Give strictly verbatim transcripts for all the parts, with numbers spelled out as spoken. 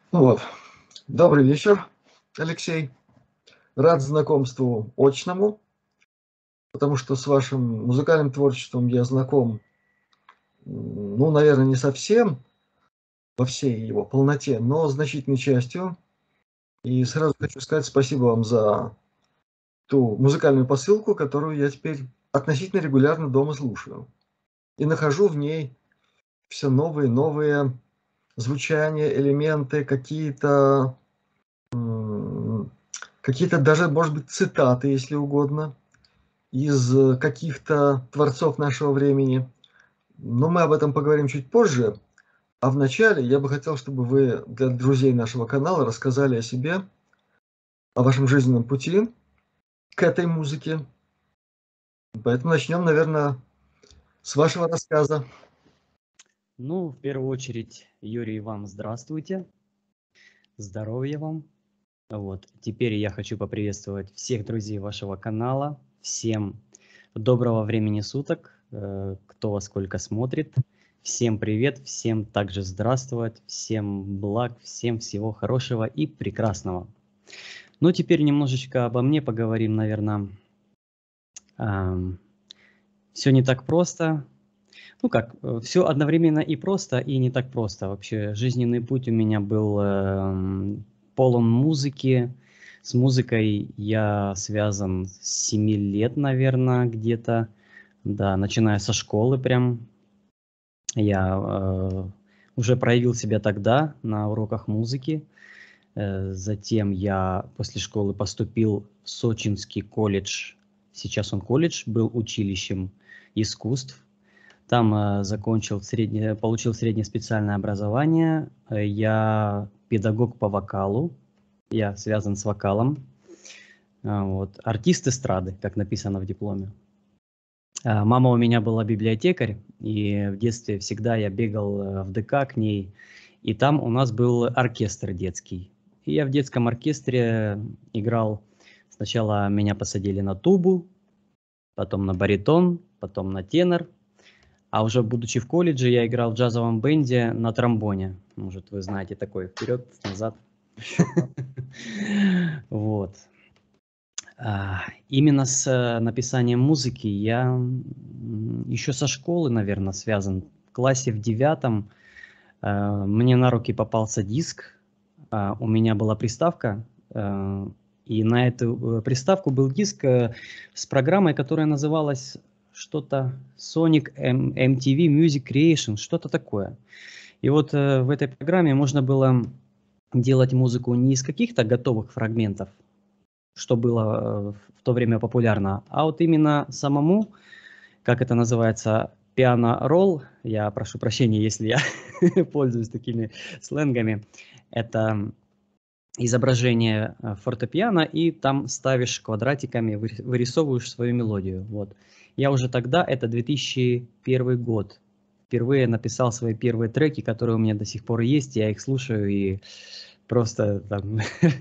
Вот. Добрый вечер, Алексей. Рад знакомству очному, потому что с вашим музыкальным творчеством я знаком, м, ну, наверное, не совсем во всей его полноте, но значительной частью. И сразу хочу сказать спасибо вам за ту музыкальную посылку, которую я теперь относительно регулярно дома слушаю. И нахожу в ней все новые и новые звучания, элементы, какие-то, м, какие-то даже, может быть, цитаты, если угодно, из э, каких-то творцов нашего времени. Но мы об этом поговорим чуть позже. А вначале я бы хотел, чтобы вы для друзей нашего канала рассказали о себе, о вашем жизненном пути к этой музыке. Поэтому начнем, наверное, с вашего рассказа. Ну, в первую очередь, Юрий, вам здравствуйте, здоровья вам. Вот. Теперь я хочу поприветствовать всех друзей вашего канала, всем доброго времени суток, э, кто во сколько смотрит. Всем привет, всем также здравствовать, всем благ, всем всего хорошего и прекрасного. Ну, теперь немножечко обо мне поговорим, наверное. Все не так просто. Ну как, все одновременно и просто, и не так просто. Вообще, жизненный путь у меня был эм, полон музыки. С музыкой я связан с семи лет, наверное, где-то. Да, начиная со школы прям. Я э, уже проявил себя тогда на уроках музыки. Э, затем я после школы поступил в Сочинский колледж. Сейчас он колледж, был училищем искусств. Там э, закончил среднее, получил среднее специальное образование. Э, Я педагог по вокалу. Я связан с вокалом. А, Вот. Артист эстрады, как написано в дипломе. А, Мама у меня была библиотекарь, и в детстве всегда я бегал э, в ДК к ней. И там у нас был оркестр детский. И я в детском оркестре играл. Сначала меня посадили на тубу, потом на баритон, потом на тенор. А уже будучи в колледже, я играл в джазовом бенде на тромбоне. Может, вы знаете такой вперед, назад. Еще как. Вот. А, Именно с э, написанием музыки я м, еще со школы, наверное, связан. В классе в девятом э, мне на руки попался диск. А, У меня была приставка, э, и на эту э, приставку был диск э, с программой, которая называлась что-то Sonic M- эм ти ви Music Creation, что-то такое. И вот э, в этой программе можно было делать музыку не из каких-то готовых фрагментов, что было э, в то время популярно, а вот именно самому, как это называется, пиано-ролл, я прошу прощения, если я пользуюсь такими сленгами, это изображение э, фортепиано, и там ставишь квадратиками, вы- вырисовываешь свою мелодию. Вот. Я уже тогда, это две тысячи первый год, впервые написал свои первые треки, которые у меня до сих пор есть, я их слушаю и просто там,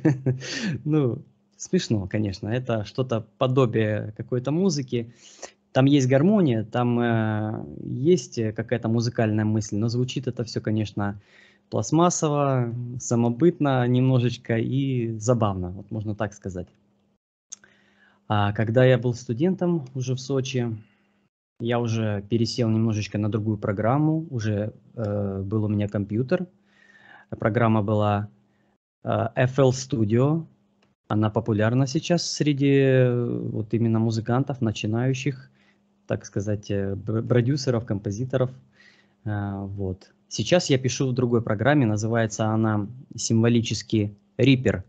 ну, смешно, конечно, это что-то подобие какой-то музыки. Там есть гармония, там э, есть э, какая-то музыкальная мысль, но звучит это все, конечно, пластмассово, самобытно немножечко и забавно, вот можно так сказать. А когда я был студентом уже в Сочи, я уже пересел немножечко на другую программу, уже э, был у меня компьютер. Программа была э, эф эл Studio, она популярна сейчас среди э, вот именно музыкантов, начинающих, так сказать, э, бр- продюсеров, композиторов. А, Вот. Сейчас я пишу в другой программе, называется она символически Reaper.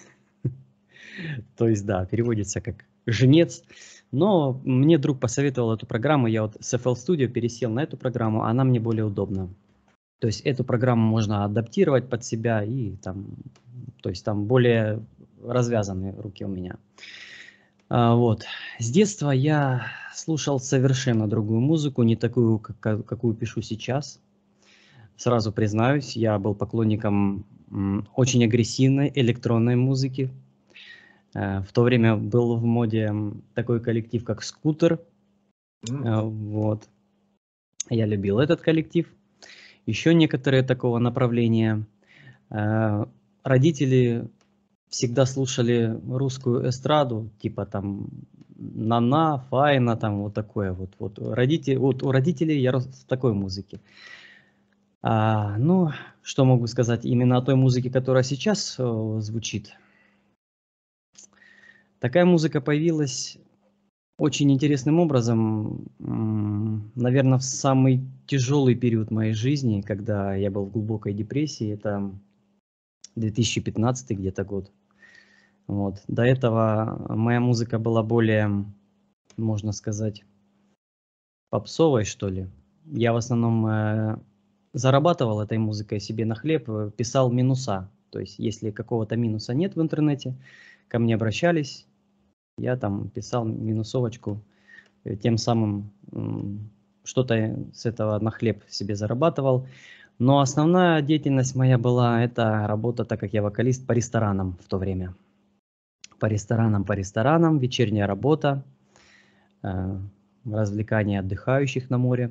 То есть, да, переводится как жнец. Но мне друг посоветовал эту программу, я вот с эф эл Studio пересел на эту программу, она мне более удобна. То есть эту программу можно адаптировать под себя, и там, то есть там более развязанные руки у меня. А, Вот. С детства я слушал совершенно другую музыку, не такую, как- какую пишу сейчас. Сразу признаюсь, я был поклонником м, очень агрессивной электронной музыки. Э, В то время был в моде м, такой коллектив, как «Скутер». М, Э, Вот. Я любил этот коллектив. Еще некоторые такого направления. Э, Родители всегда слушали русскую эстраду, типа там Нана, Файна, там вот такое вот. Вот, родители, вот у родителей я рос в такой музыке. А, ну, что могу сказать именно о той музыке, которая сейчас э, звучит. Такая музыка появилась очень интересным образом, наверное, в самый тяжелый период моей жизни, когда я был в глубокой депрессии. Это две тысячи пятнадцатый где-то год. Вот. До этого моя музыка была более, можно сказать, попсовой, что ли. Я в основном э, зарабатывал этой музыкой себе на хлеб, э, писал минуса. То есть, если какого-то минуса нет в интернете, ко мне обращались, я там писал минусовочку, э, тем самым м, что-то с этого на хлеб себе зарабатывал. Но основная деятельность моя была это работа, так как я вокалист, по ресторанам в то время. По ресторанам, по ресторанам, вечерняя работа, э, развлекание отдыхающих на море.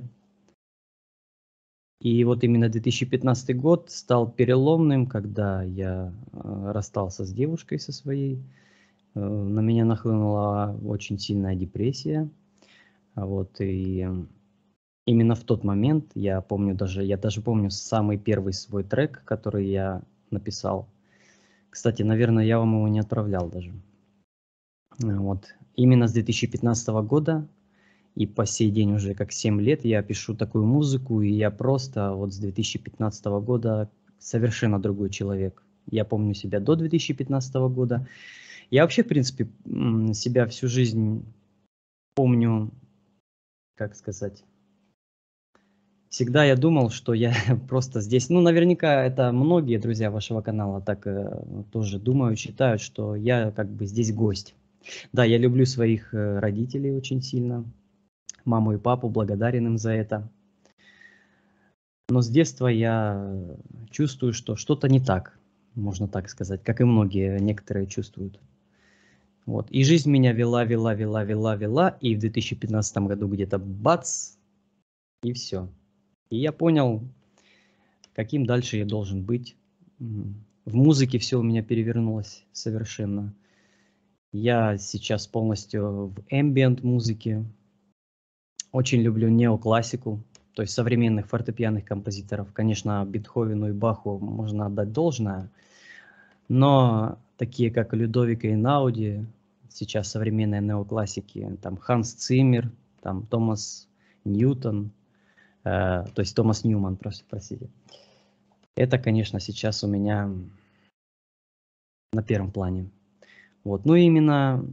И вот именно две тысячи пятнадцатый год стал переломным, когда я э, расстался с девушкой со своей. Э, на меня нахлынула очень сильная депрессия. А Вот, и именно в тот момент, я помню даже, я даже помню самый первый свой трек, который я написал. Кстати, наверное, я вам его не отправлял даже. Э, Вот. Именно с две тысячи пятнадцатого года и по сей день уже как семь лет я пишу такую музыку, и я просто вот с две тысячи пятнадцатого года совершенно другой человек. Я помню себя до две тысячи пятнадцатого года. Я вообще, в принципе, м, себя всю жизнь помню, как сказать, всегда я думал, что я просто здесь, ну, наверняка это многие друзья вашего канала так э, тоже думают, считают, что я как бы здесь гость. Да, я люблю своих э, родителей очень сильно, маму и папу, благодарен им за это. Но с детства я чувствую, что что-то не так, можно так сказать, как и многие, некоторые чувствуют. Вот. И жизнь меня вела, вела, вела, вела, вела, и в две тысячи пятнадцатом году где-то бац, и все. И я понял, каким дальше я должен быть. М, В музыке все у меня перевернулось совершенно. Я сейчас полностью в ambient музыке. Очень люблю неоклассику, то есть современных фортепианных композиторов. Конечно, Бетховену и Баху можно отдать должное, но такие как Людовико Эйнауди, сейчас современные неоклассики, там Ханс Циммер, там Томас Ньютон, э, то есть Томас Ньюман, прос- простите. Это, конечно, сейчас у меня на первом плане. Вот. Ну и именно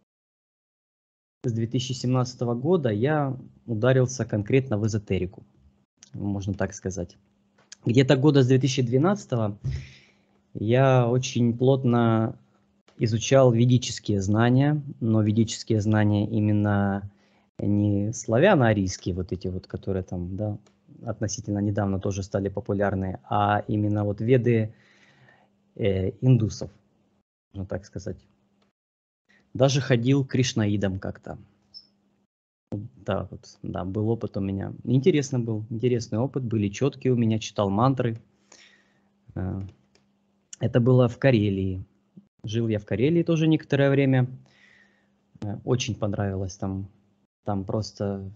с две тысячи семнадцатого года я ударился конкретно в эзотерику, можно так сказать. Где-то года с две тысячи двенадцатого я очень плотно изучал ведические знания, но ведические знания именно не славяно-арийские, вот эти вот, которые там, да, относительно недавно тоже стали популярны, а именно вот веды э, индусов, можно так сказать. Даже ходил к кришнаидам как-то. Да, вот, да, был опыт у меня. Интересно был, интересный опыт, были четкие у меня, читал мантры. Э, Это было в Карелии. Жил я в Карелии тоже некоторое время. Э, Очень понравилось там. Там просто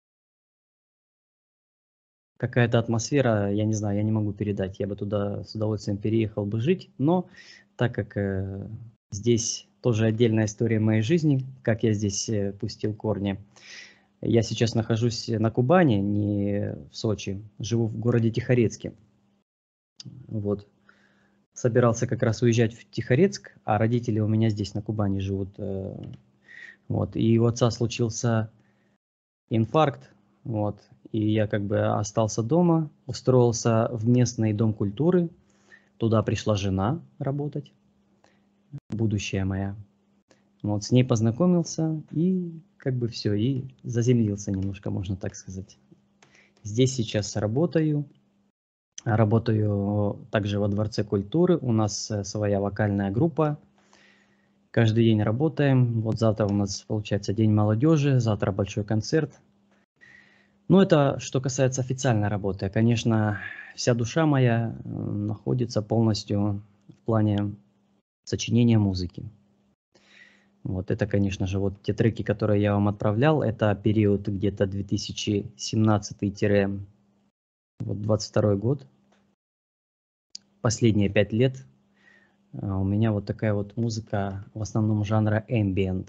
какая-то атмосфера, я не знаю, я не могу передать. Я бы туда с удовольствием переехал бы жить, но так как э, здесь тоже отдельная история моей жизни, как я здесь э, пустил корни. Я сейчас нахожусь на Кубани, не в Сочи, живу в городе Тихорецке. Вот. Собирался как раз уезжать в Тихорецк, а родители у меня здесь на Кубани живут. э, Вот. И у отца случился инфаркт, вот. И я как бы остался дома, устроился в местный дом культуры. Туда пришла жена работать, будущая моя. Вот, с ней познакомился и как бы все, и заземлился немножко, можно так сказать. Здесь сейчас работаю. Работаю также во Дворце культуры. У нас э, своя вокальная группа. Каждый день работаем. Вот завтра у нас получается День молодежи, завтра большой концерт. Ну, это что касается официальной работы. Конечно, вся душа моя э, находится полностью в плане сочинения музыки. Вот это, конечно же, вот те треки, которые я вам отправлял, это период где-то две тысячи семнадцатый двадцать второй год. Последние пять лет а, у меня вот такая вот музыка, в основном жанра ambient.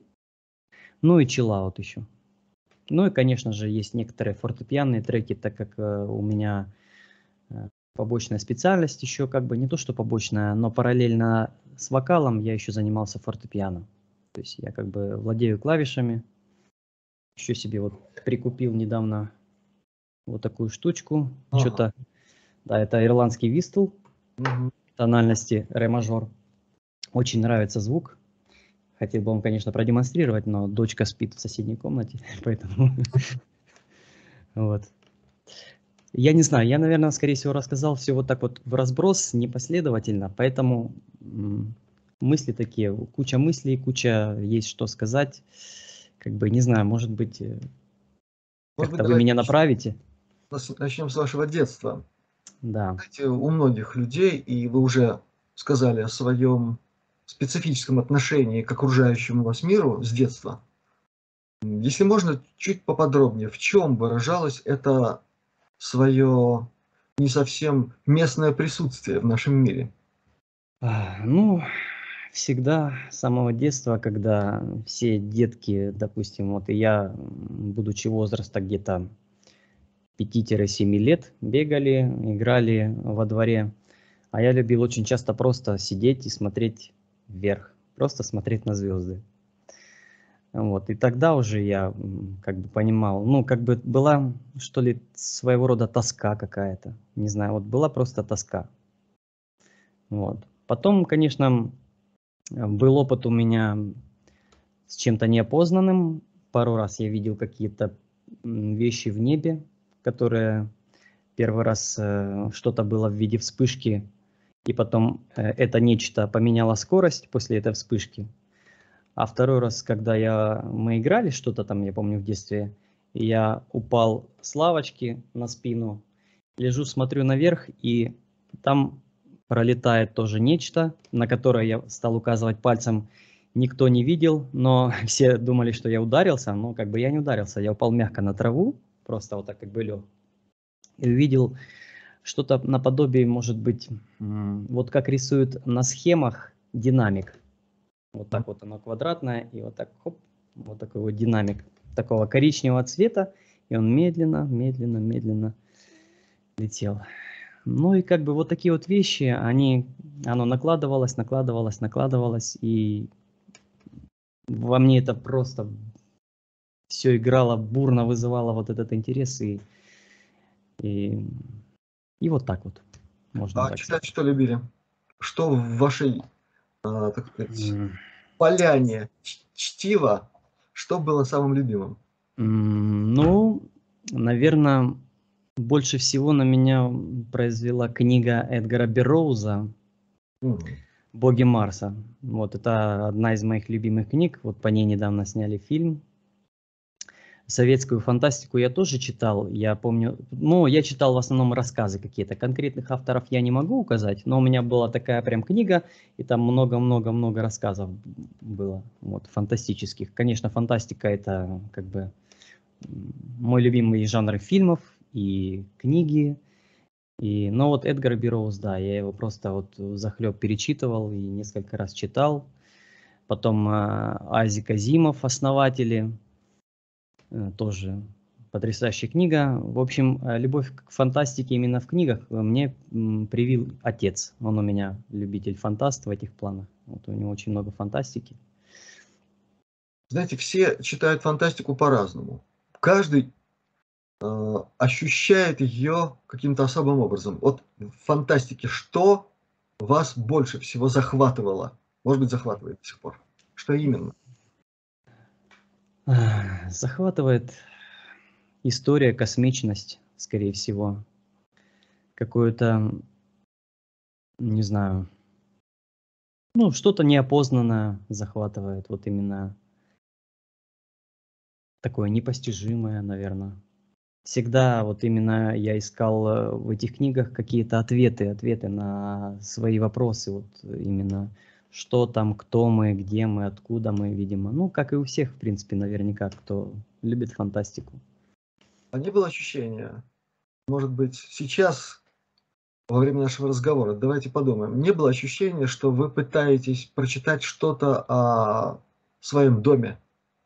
Ну и чиллаут еще. Ну и, конечно же, есть некоторые фортепианные треки, так как э, у меня э, побочная специальность еще, как бы не то что побочная, но параллельно с вокалом я еще занимался фортепиано. То есть я как бы владею клавишами. Еще себе вот прикупил недавно вот такую штучку. Ага. Что-то, да, это ирландский вистл Мгм. тональности ре мажор. Очень нравится звук. Хотел бы вам, конечно, продемонстрировать, но дочка спит в соседней комнате, поэтому вот. Я не знаю, я, наверное, скорее всего, рассказал все вот так вот в разброс, непоследовательно, поэтому м, мысли такие, куча мыслей, куча есть что сказать. Как бы, не знаю, может быть, э, Может быть, как-то вы давайте меня начнем, направите. нас- начнем с вашего детства. Да. Знаете, у многих людей, и вы уже сказали о своем специфическом отношении к окружающему вас миру с детства. М, Если можно, чуть поподробнее, в чем выражалось это свое не совсем местное присутствие в нашем мире? А, Ну, всегда с самого детства, когда все детки, допустим, вот и я, м, будучи возраста где-то пяти-семи лет, бегали, играли во дворе, а я любил очень часто просто сидеть и смотреть вверх, просто смотреть на звезды. Вот, и тогда уже я м, как бы понимал, ну, как бы была, что ли, своего рода тоска какая-то, не знаю, вот была просто тоска. Вот. Потом, конечно, Э, был опыт у меня с чем-то неопознанным. Пару раз я видел какие-то м, вещи в небе, которые первый раз э, что-то было в виде вспышки, и потом э, это нечто поменяло скорость после этой вспышки. А второй раз, когда я, мы играли что-то там, я помню в детстве, и я упал с лавочки на спину, лежу, смотрю наверх, и там пролетает тоже нечто, на которое я стал указывать пальцем. Никто не видел, но все думали, что я ударился, но как бы я не ударился, я упал мягко на траву, просто вот так как бы лег, и увидел что-то наподобие, может быть, м, вот как рисуют на схемах динамик. Вот М, так вот оно квадратное, и вот так, хоп, вот такой вот динамик такого коричневого цвета, и он медленно, медленно, медленно летел. Ну и как бы вот такие вот вещи, они, оно накладывалось, накладывалось, накладывалось, и во мне это просто все играло, бурно вызывало вот этот интерес, и, и, и вот так вот, можно А так читать сказать. что любили? Что в вашей, а, так сказать, М, поляне ч- чтива, что было самым любимым? м, Ну, наверное, больше всего на меня произвела книга Эдгара Берроуза Мгм. «Боги Марса». Вот это одна из моих любимых книг. Вот по ней недавно сняли фильм. Советскую фантастику я тоже читал. Я помню, ну, я читал в основном рассказы какие-то. Конкретных авторов я не могу указать, но у меня была такая прям книга, и там много-много-много рассказов было, вот, фантастических. Конечно, фантастика это как бы м, мой любимый жанр фильмов и книги. И, но вот Эдгар Берроуз, да, я его просто вот захлеб перечитывал и несколько раз читал. Потом а, Азик Азимов, «Основатели», э, тоже потрясающая книга. В общем, э, любовь к фантастике именно в книгах э, мне м, привил отец. Он у меня любитель фантаст в этих планах. Вот у него очень много фантастики. Знаете, все читают фантастику по-разному. Каждый э, ощущает ее каким-то особым образом. Вот в фантастике что вас больше всего захватывало? Может быть, захватывает до сих пор. Что именно? Ах, Захватывает история, космичность, скорее всего. Какое-то, не знаю, ну, что-то неопознанное захватывает. Вот именно такое непостижимое, наверное. всегда вот именно я искал э, в этих книгах какие-то ответы, ответы на свои вопросы, вот именно что там, кто мы, где мы, откуда мы, видимо. Ну, как и у всех, в принципе, наверняка, кто любит фантастику. А не было ощущения, может быть, сейчас, во время нашего разговора, давайте подумаем, не было ощущения, что вы пытаетесь прочитать что-то о своем доме?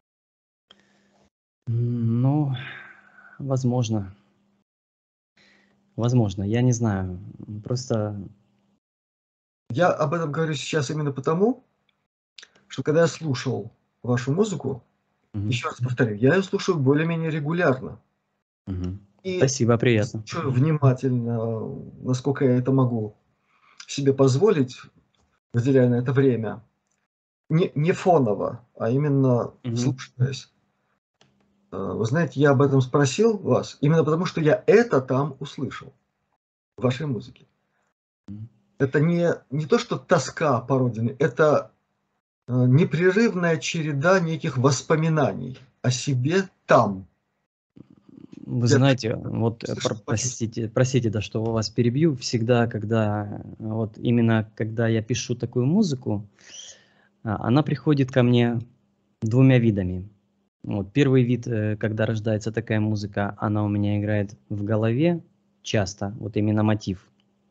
М, Ну, возможно, возможно, я не знаю. М, Просто, Я об этом говорю сейчас именно потому, что когда я слушал вашу музыку, мгм, еще раз повторю, я ее слушаю более-менее регулярно. мгм. И Спасибо, приятно. слушаю внимательно, насколько я это могу себе позволить, выделяя на это время. Не, не фоново, а именно Мгм, вслушиваясь. Э, Вы знаете, я об этом спросил вас именно потому, что я это там услышал в вашей музыке. м. Это не, не то, что тоска по родине, это э, непрерывная череда неких воспоминаний о себе там. Вы Я так знаете, вот, э, пр услышал, почувствовал. простите простите, да, что вас перебью. Всегда, когда, э, вот именно когда я пишу такую музыку, а, она приходит ко мне двумя видами. Вот первый вид, э, когда рождается такая музыка, она у меня играет в голове часто, вот именно мотив.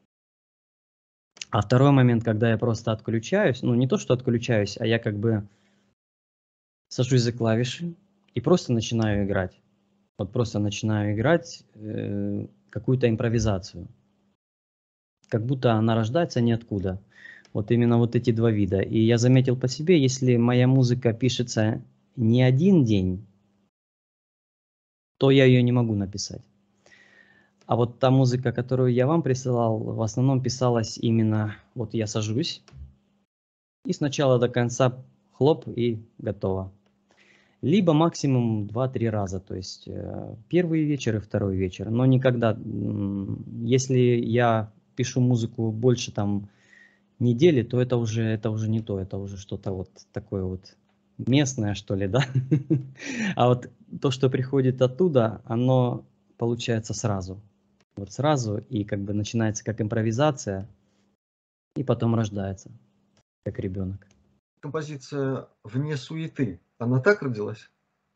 А второй момент, когда я просто отключаюсь, ну, не то, что отключаюсь, а я как бы сажусь за клавиши и просто начинаю играть. Вот просто начинаю играть, э, какую-то импровизацию. Как будто она рождается ниоткуда. Вот именно вот эти два вида. И я заметил по себе, если моя музыка пишется не один день, то я ее не могу написать. А вот та музыка, которую я вам присылал, в основном писалась именно вот я сажусь и с начала до конца хлоп и готово. Либо максимум два-три раза, то есть э, первый вечер и второй вечер. Но никогда, м, если я пишу музыку больше там недели, то это уже это уже не то, это уже что-то вот такое вот местное, что ли, да. А вот то, что приходит оттуда, оно получается сразу. Вот сразу, и как бы начинается как импровизация, и потом рождается, как ребенок. Композиция «Вне суеты», она так родилась?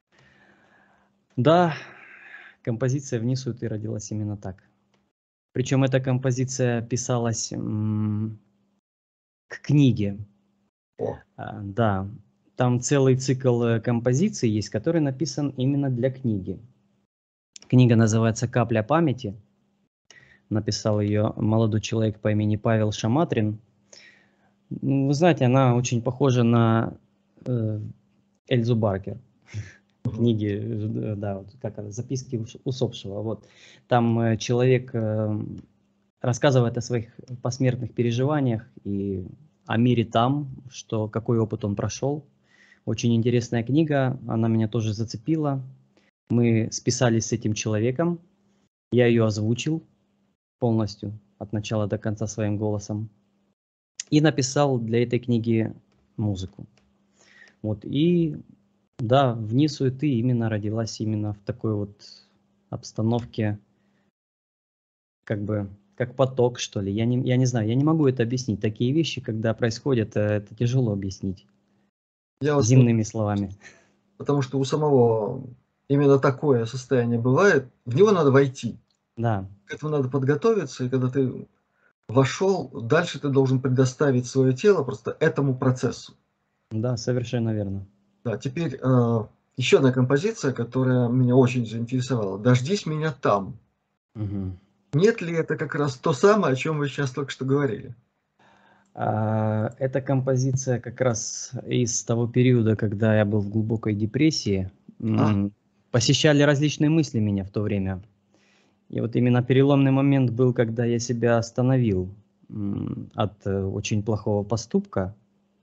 Да, композиция «Вне суеты» родилась именно так. Причем эта композиция писалась, м, к книге. О, А, да, там целый цикл, э, композиций есть, который написан именно для книги. Книга называется «Капля памяти». Написал ее молодой человек по имени Павел Шаматрин. М, вы знаете, она очень похожа на, э, Эльзу Баркер. мгм. Книги, э, да, вот как она, «Записки уш усопшего». Вот. Там, э, человек, эм, рассказывает о своих посмертных переживаниях и о мире там, что какой опыт он прошел. Очень интересная книга, она меня тоже зацепила. Мы списались с этим человеком, я ее озвучил полностью, от начала до конца своим голосом, и написал для этой книги музыку. Вот, и да, «Вне суеты» именно родилась именно в такой вот обстановке, как бы, как поток, что ли. Я не, я не знаю, я не могу это объяснить. Такие вещи, когда происходят, э, это тяжело объяснить Я вас понял, земными словами. потому что у самого именно такое состояние бывает, в него надо войти, Да, к этому надо подготовиться, и когда ты вошел, дальше ты должен предоставить свое тело просто этому процессу. да, совершенно верно. Да, теперь э, еще одна композиция, которая меня очень заинтересовала. «Дождись меня там». Мгм. Нет ли это как раз то самое, о чем вы сейчас только что говорили? А, эта композиция как раз из того периода, когда я был в глубокой депрессии. А, М, посещали различные мысли меня в то время. И вот именно переломный момент был, когда я себя остановил, м, от, э, очень плохого поступка,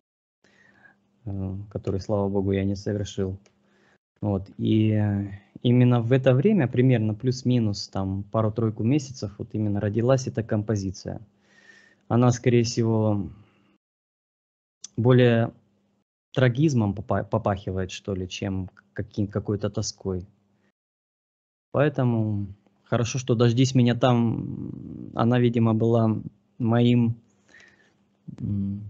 э, который, слава богу, я не совершил. Вот, и, э, именно в это время, примерно плюс-минус там пару-тройку месяцев, вот именно родилась эта композиция. Она, скорее всего, более трагизмом попа попахивает, что ли, чем каким какой-то тоской. Поэтому хорошо, что «Дождись меня там», она, видимо, была моим, м,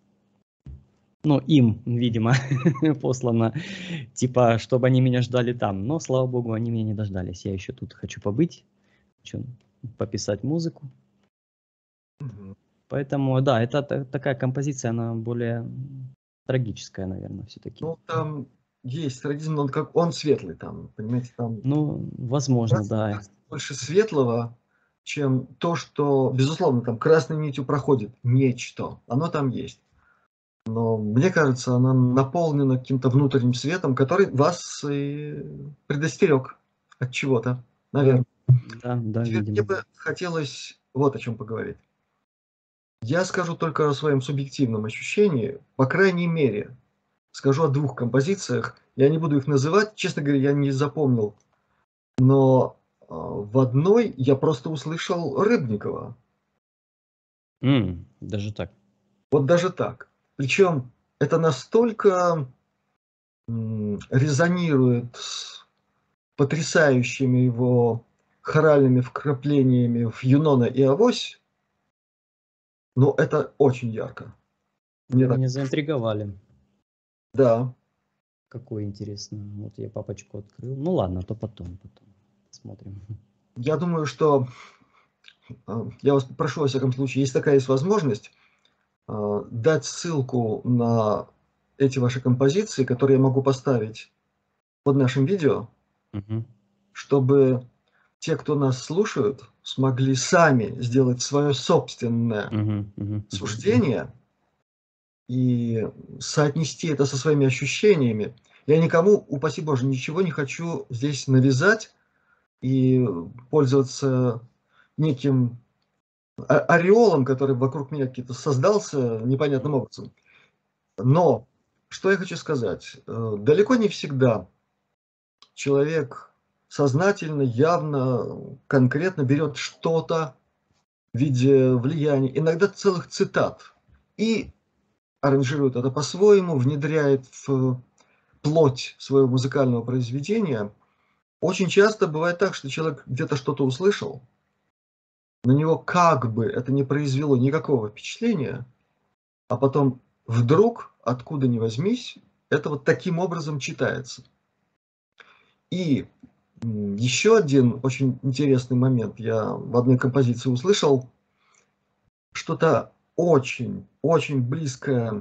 ну, им, видимо, послана, типа, чтобы они меня ждали там. Но, слава богу, они меня не дождались. Я еще тут хочу побыть, хочу пописать музыку. Мгм. Поэтому, да, это та- такая композиция, она более м, трагическая, наверное, все-таки. Ну, там есть трагизм, но он как он светлый там, понимаете, там Ну, возможно, да. больше светлого, чем то, что, безусловно, там красной нитью проходит нечто. Оно там есть. Но мне кажется, она наполнена каким-то внутренним светом, который вас и предостерег от чего-то, Да, наверное. да, да, Теперь мне видимо. бы хотелось вот о чем поговорить. Я скажу только о своем субъективном ощущении, по крайней мере, скажу о двух композициях. Я не буду их называть, честно говоря, я не запомнил. Но а, в одной я просто услышал Рыбникова. М, даже так. Вот даже так. Причем это настолько м, резонирует с потрясающими его хоральными вкраплениями в Юнона и Авось, но это очень ярко. Мне Вы так, меня заинтриговали. да. Какой интересно. Вот я папочку открыл. Ну ладно, то потом, потом. Посмотрим. Я думаю, что а, я вас попрошу, во всяком случае, если такая есть возможность, а, дать ссылку на эти ваши композиции, которые я могу поставить под нашим видео, Мгм. чтобы те, кто нас слушают, смогли сами сделать свое собственное Мгм, мгм, мгм. суждение и соотнести это со своими ощущениями. Я никому, упаси Боже, ничего не хочу здесь навязать и пользоваться неким о- ореолом, который вокруг меня какие-то создался непонятным образом. Но что я хочу сказать? Э, Далеко не всегда человек сознательно, явно, конкретно берет что-то в виде влияния, иногда целых цитат, и аранжирует это по-своему, внедряет в плоть своего музыкального произведения. Очень часто бывает так, что человек где-то что-то услышал, на него как бы это не произвело никакого впечатления, а потом вдруг, откуда ни возьмись, это вот таким образом читается. И м, еще один очень интересный момент я в одной композиции услышал, что-то очень, очень близкое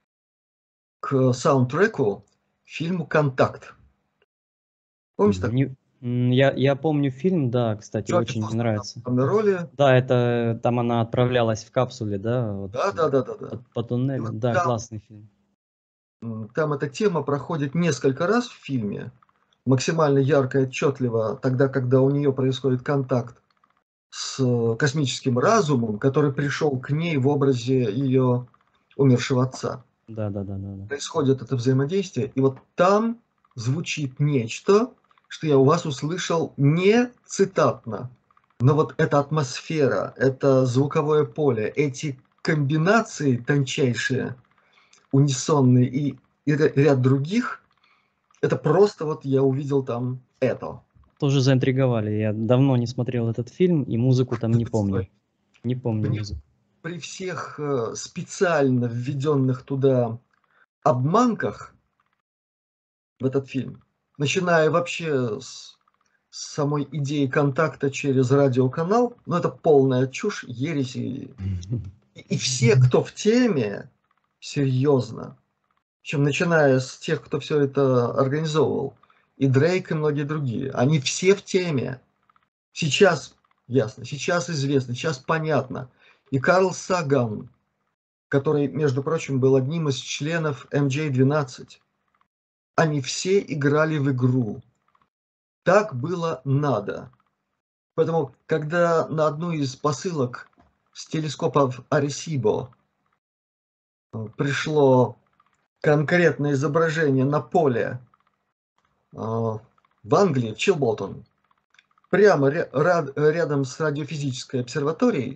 к саундтреку фильму «Контакт». Помните Мгм. так? Не- м, Я, я помню фильм, да, кстати, Джоди очень мне Фостер там нравится. в главной роли. Да, это там она отправлялась в капсуле, да, вот Да, да, да, да, да. по, по И туннелю. вот Да, там, классный фильм. м, там эта тема проходит несколько раз в фильме, максимально ярко и отчетливо, тогда, когда у нее происходит контакт с э, космическим разумом, который пришел к ней в образе ее умершего отца. Да, да, да, да, да. Происходит это взаимодействие, и вот там звучит нечто, что я у вас услышал не цитатно, но вот эта атмосфера, это звуковое поле, эти комбинации тончайшие, унисонные и, и ря- ряд других, это просто вот я увидел там это. Тоже заинтриговали. Я давно не смотрел этот фильм и музыку там не помню. Стой. Не помню При, музыку. при всех э, специально введенных туда обманках в этот фильм, начиная вообще с с самой идеей контакта через радиоканал, ну, это полная чушь, ересь. И, и и все, кто в теме, серьезно, причем начиная с тех, кто все это организовывал, и Дрейк, и многие другие, они все в теме. Сейчас ясно, сейчас известно, сейчас понятно. И Карл Саган, который, между прочим, был одним из членов эм джей двенадцать, они все играли в игру. Так было надо. Поэтому, когда на одну из посылок с телескопов Аресибо э, пришло конкретное изображение на поле э, в Англии, в Чилботтон, прямо ря- рад- рядом с радиофизической обсерваторией,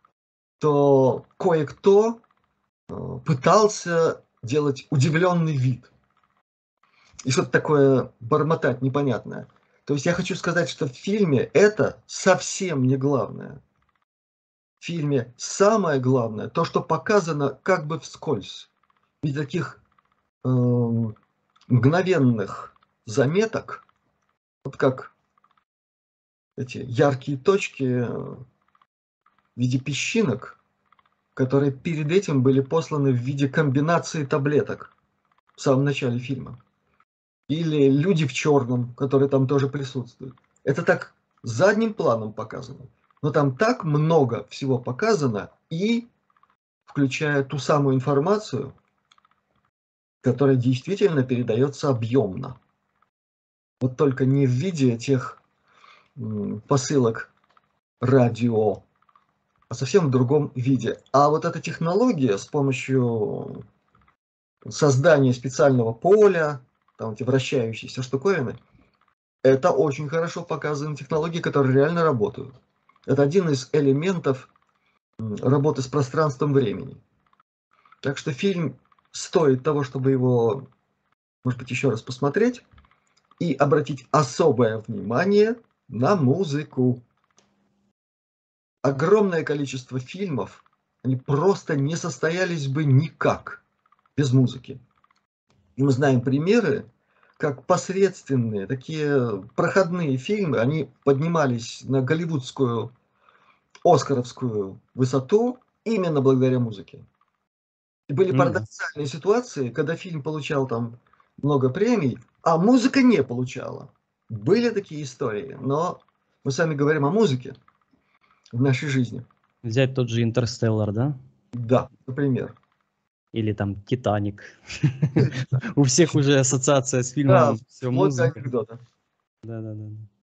то кое-кто э, пытался делать удивленный вид и что-то такое бормотать непонятное. То есть я хочу сказать, что в фильме это совсем не главное. В фильме самое главное, то, что показано как бы вскользь. Ведь таких э, мгновенных заметок, вот как эти яркие точки в виде песчинок, которые перед этим были посланы в виде комбинации таблеток в самом начале фильма. Или люди в черном, которые там тоже присутствуют. Это так задним планом показано. Но там так много всего показано, и включая ту самую информацию, которая действительно передается объемно. Вот только не в виде тех посылок радио, а совсем в другом виде. А вот эта технология с помощью создания специального поля, там эти вращающиеся штуковины, это очень хорошо показаны технологии, которые реально работают. Это один из элементов работы с пространством времени. Так что фильм стоит того, чтобы его, может быть, еще раз посмотреть и обратить особое внимание на музыку. Огромное количество фильмов, они просто не состоялись бы никак без музыки. И мы знаем примеры, как посредственные, такие проходные фильмы, они поднимались на голливудскую, оскаровскую высоту именно благодаря музыке. И были Ну да. парадоксальные ситуации, когда фильм получал там много премий, а музыка не получала. Были такие истории, но мы с вами говорим о музыке в нашей жизни. Взять тот же «Интерстеллар», да? Да, например. Или там «Титаник». У всех уже ассоциация с Да, фильмом все вплоть до музыка. анекдота. Да-да-да.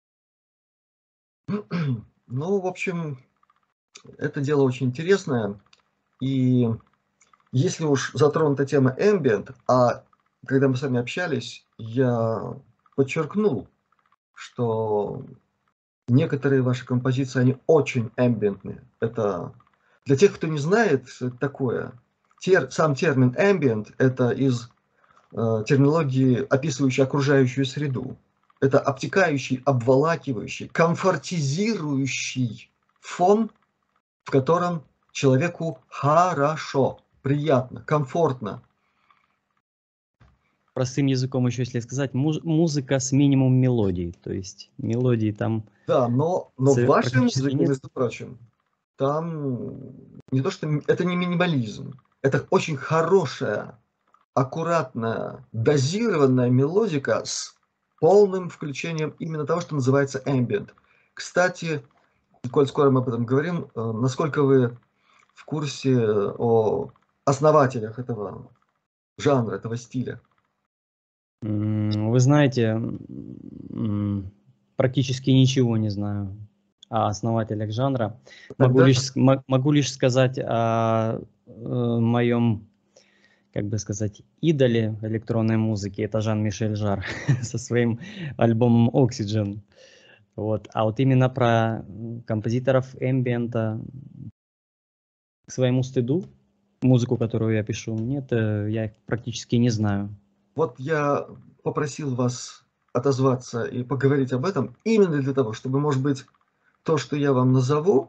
Ну, в общем, это дело очень интересное. И если уж затронута тема ambient, а когда мы с вами общались, я подчеркнул, что некоторые ваши композиции, они очень ambient-ные. Это для тех, кто не знает, что это такое. Тер, сам термин ambient – это из э, терминологии, описывающей окружающую среду. Это обтекающий, обволакивающий, комфортизирующий фон, в котором человеку хорошо, приятно, комфортно. Простым языком еще, если сказать, муз- музыка с минимум мелодий. То есть мелодии там Да, но, но в ц- вашей практически музыке, нет. между прочим, там не то, что это не минимализм, это очень хорошая, аккуратная, дозированная мелодика с полным включением именно того, что называется ambient. Кстати, коль скоро мы об этом говорим, э, насколько вы в курсе о основателях этого жанра, этого стиля? М, Вы знаете, м, практически ничего не знаю о основателях жанра. Могу Тогда лишь, с- мо- могу лишь сказать о э, моем, как бы сказать, идоле электронной музыки. Это Жан-Мишель Жар со своим альбомом Oxygen. Вот. А вот именно про м, композиторов эмбиента, к своему стыду, музыку, которую я пишу, нет, э, я их практически не знаю. вот я попросил вас отозваться и поговорить об этом именно для того, чтобы, может быть, то, что я вам назову,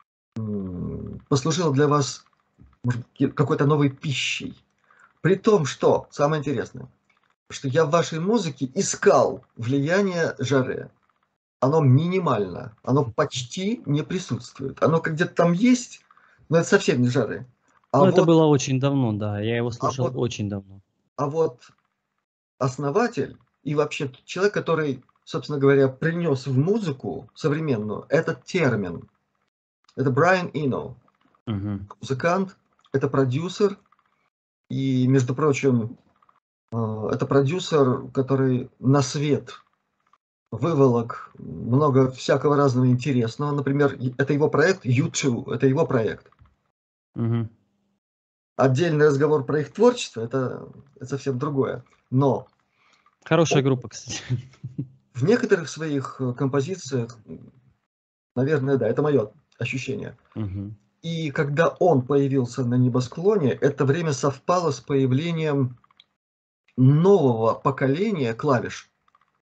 м, послужило для вас, может быть, какой-то новой пищей. При том, что, самое интересное, что я в вашей музыке искал влияние Жаре. Оно минимально, оно почти не присутствует. Оно как где-то там есть, но это совсем не Жаре. А Ну, это вот, было очень давно, да, я его а слушал вот, очень давно. а вот основатель и вообще человек, который, собственно говоря, принес в музыку современную этот термин, это Брайан Ино, Мгм. музыкант, это продюсер, и, между прочим, э, это продюсер, который на свет выволок много всякого разного интересного. Например, и- это его проект ю два, это его проект. Мгм. Отдельный разговор про их творчество, это, это совсем другое. Но Хорошая он группа, кстати. в некоторых своих э, композициях, м, наверное, да, это мое ощущение. Мгм. И когда он появился на небосклоне, это время совпало с появлением нового поколения клавиш.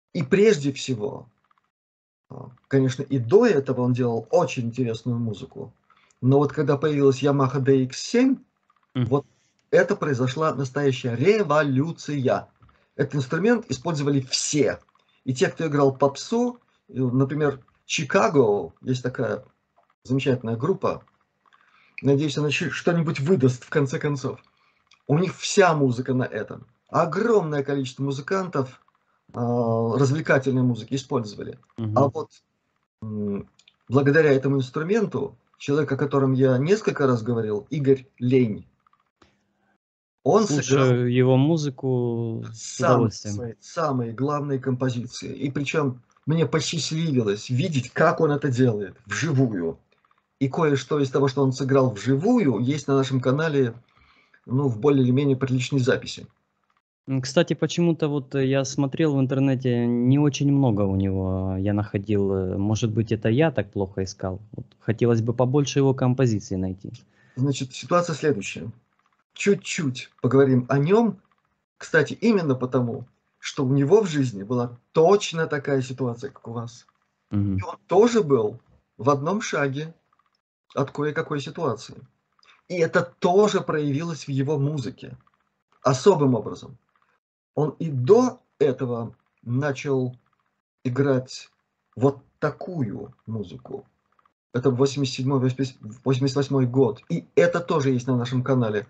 И прежде всего, а, конечно, и до этого он делал очень интересную музыку. Но вот когда появилась Yamaha ди икс семь, М. вот это произошла настоящая революция. Этот инструмент использовали все. И те, кто играл попсу, и, например, Chicago, есть такая замечательная группа, надеюсь, она чё- что-нибудь выдаст в конце концов. У них вся музыка на этом. Огромное количество музыкантов а, развлекательной музыки использовали. А Мгм. вот м, благодаря этому инструменту, человек, о котором я несколько раз говорил, Игорь Лень, он сыграл Слушаю его музыку с сам удовольствием. свои самые главные композиции. И причем мне посчастливилось видеть, как он это делает вживую. И кое-что из того, что он сыграл вживую, есть на нашем канале, ну, в более или менее приличной записи. М, Кстати, почему-то вот э, я смотрел в интернете, не очень много у него я находил. э, Может быть, это я так плохо искал. Вот хотелось бы побольше его композиций найти. Значит, ситуация следующая. Чуть-чуть поговорим о нем. Кстати, именно потому, что у него в жизни была точно такая ситуация, как у вас. И Мгм. он тоже был в одном шаге от кое-какой ситуации. И это тоже проявилось в его музыке особым образом. Он и до этого начал играть вот такую музыку. Это восемьдесят седьмой восемьдесят восьмой год. И это тоже есть на нашем канале.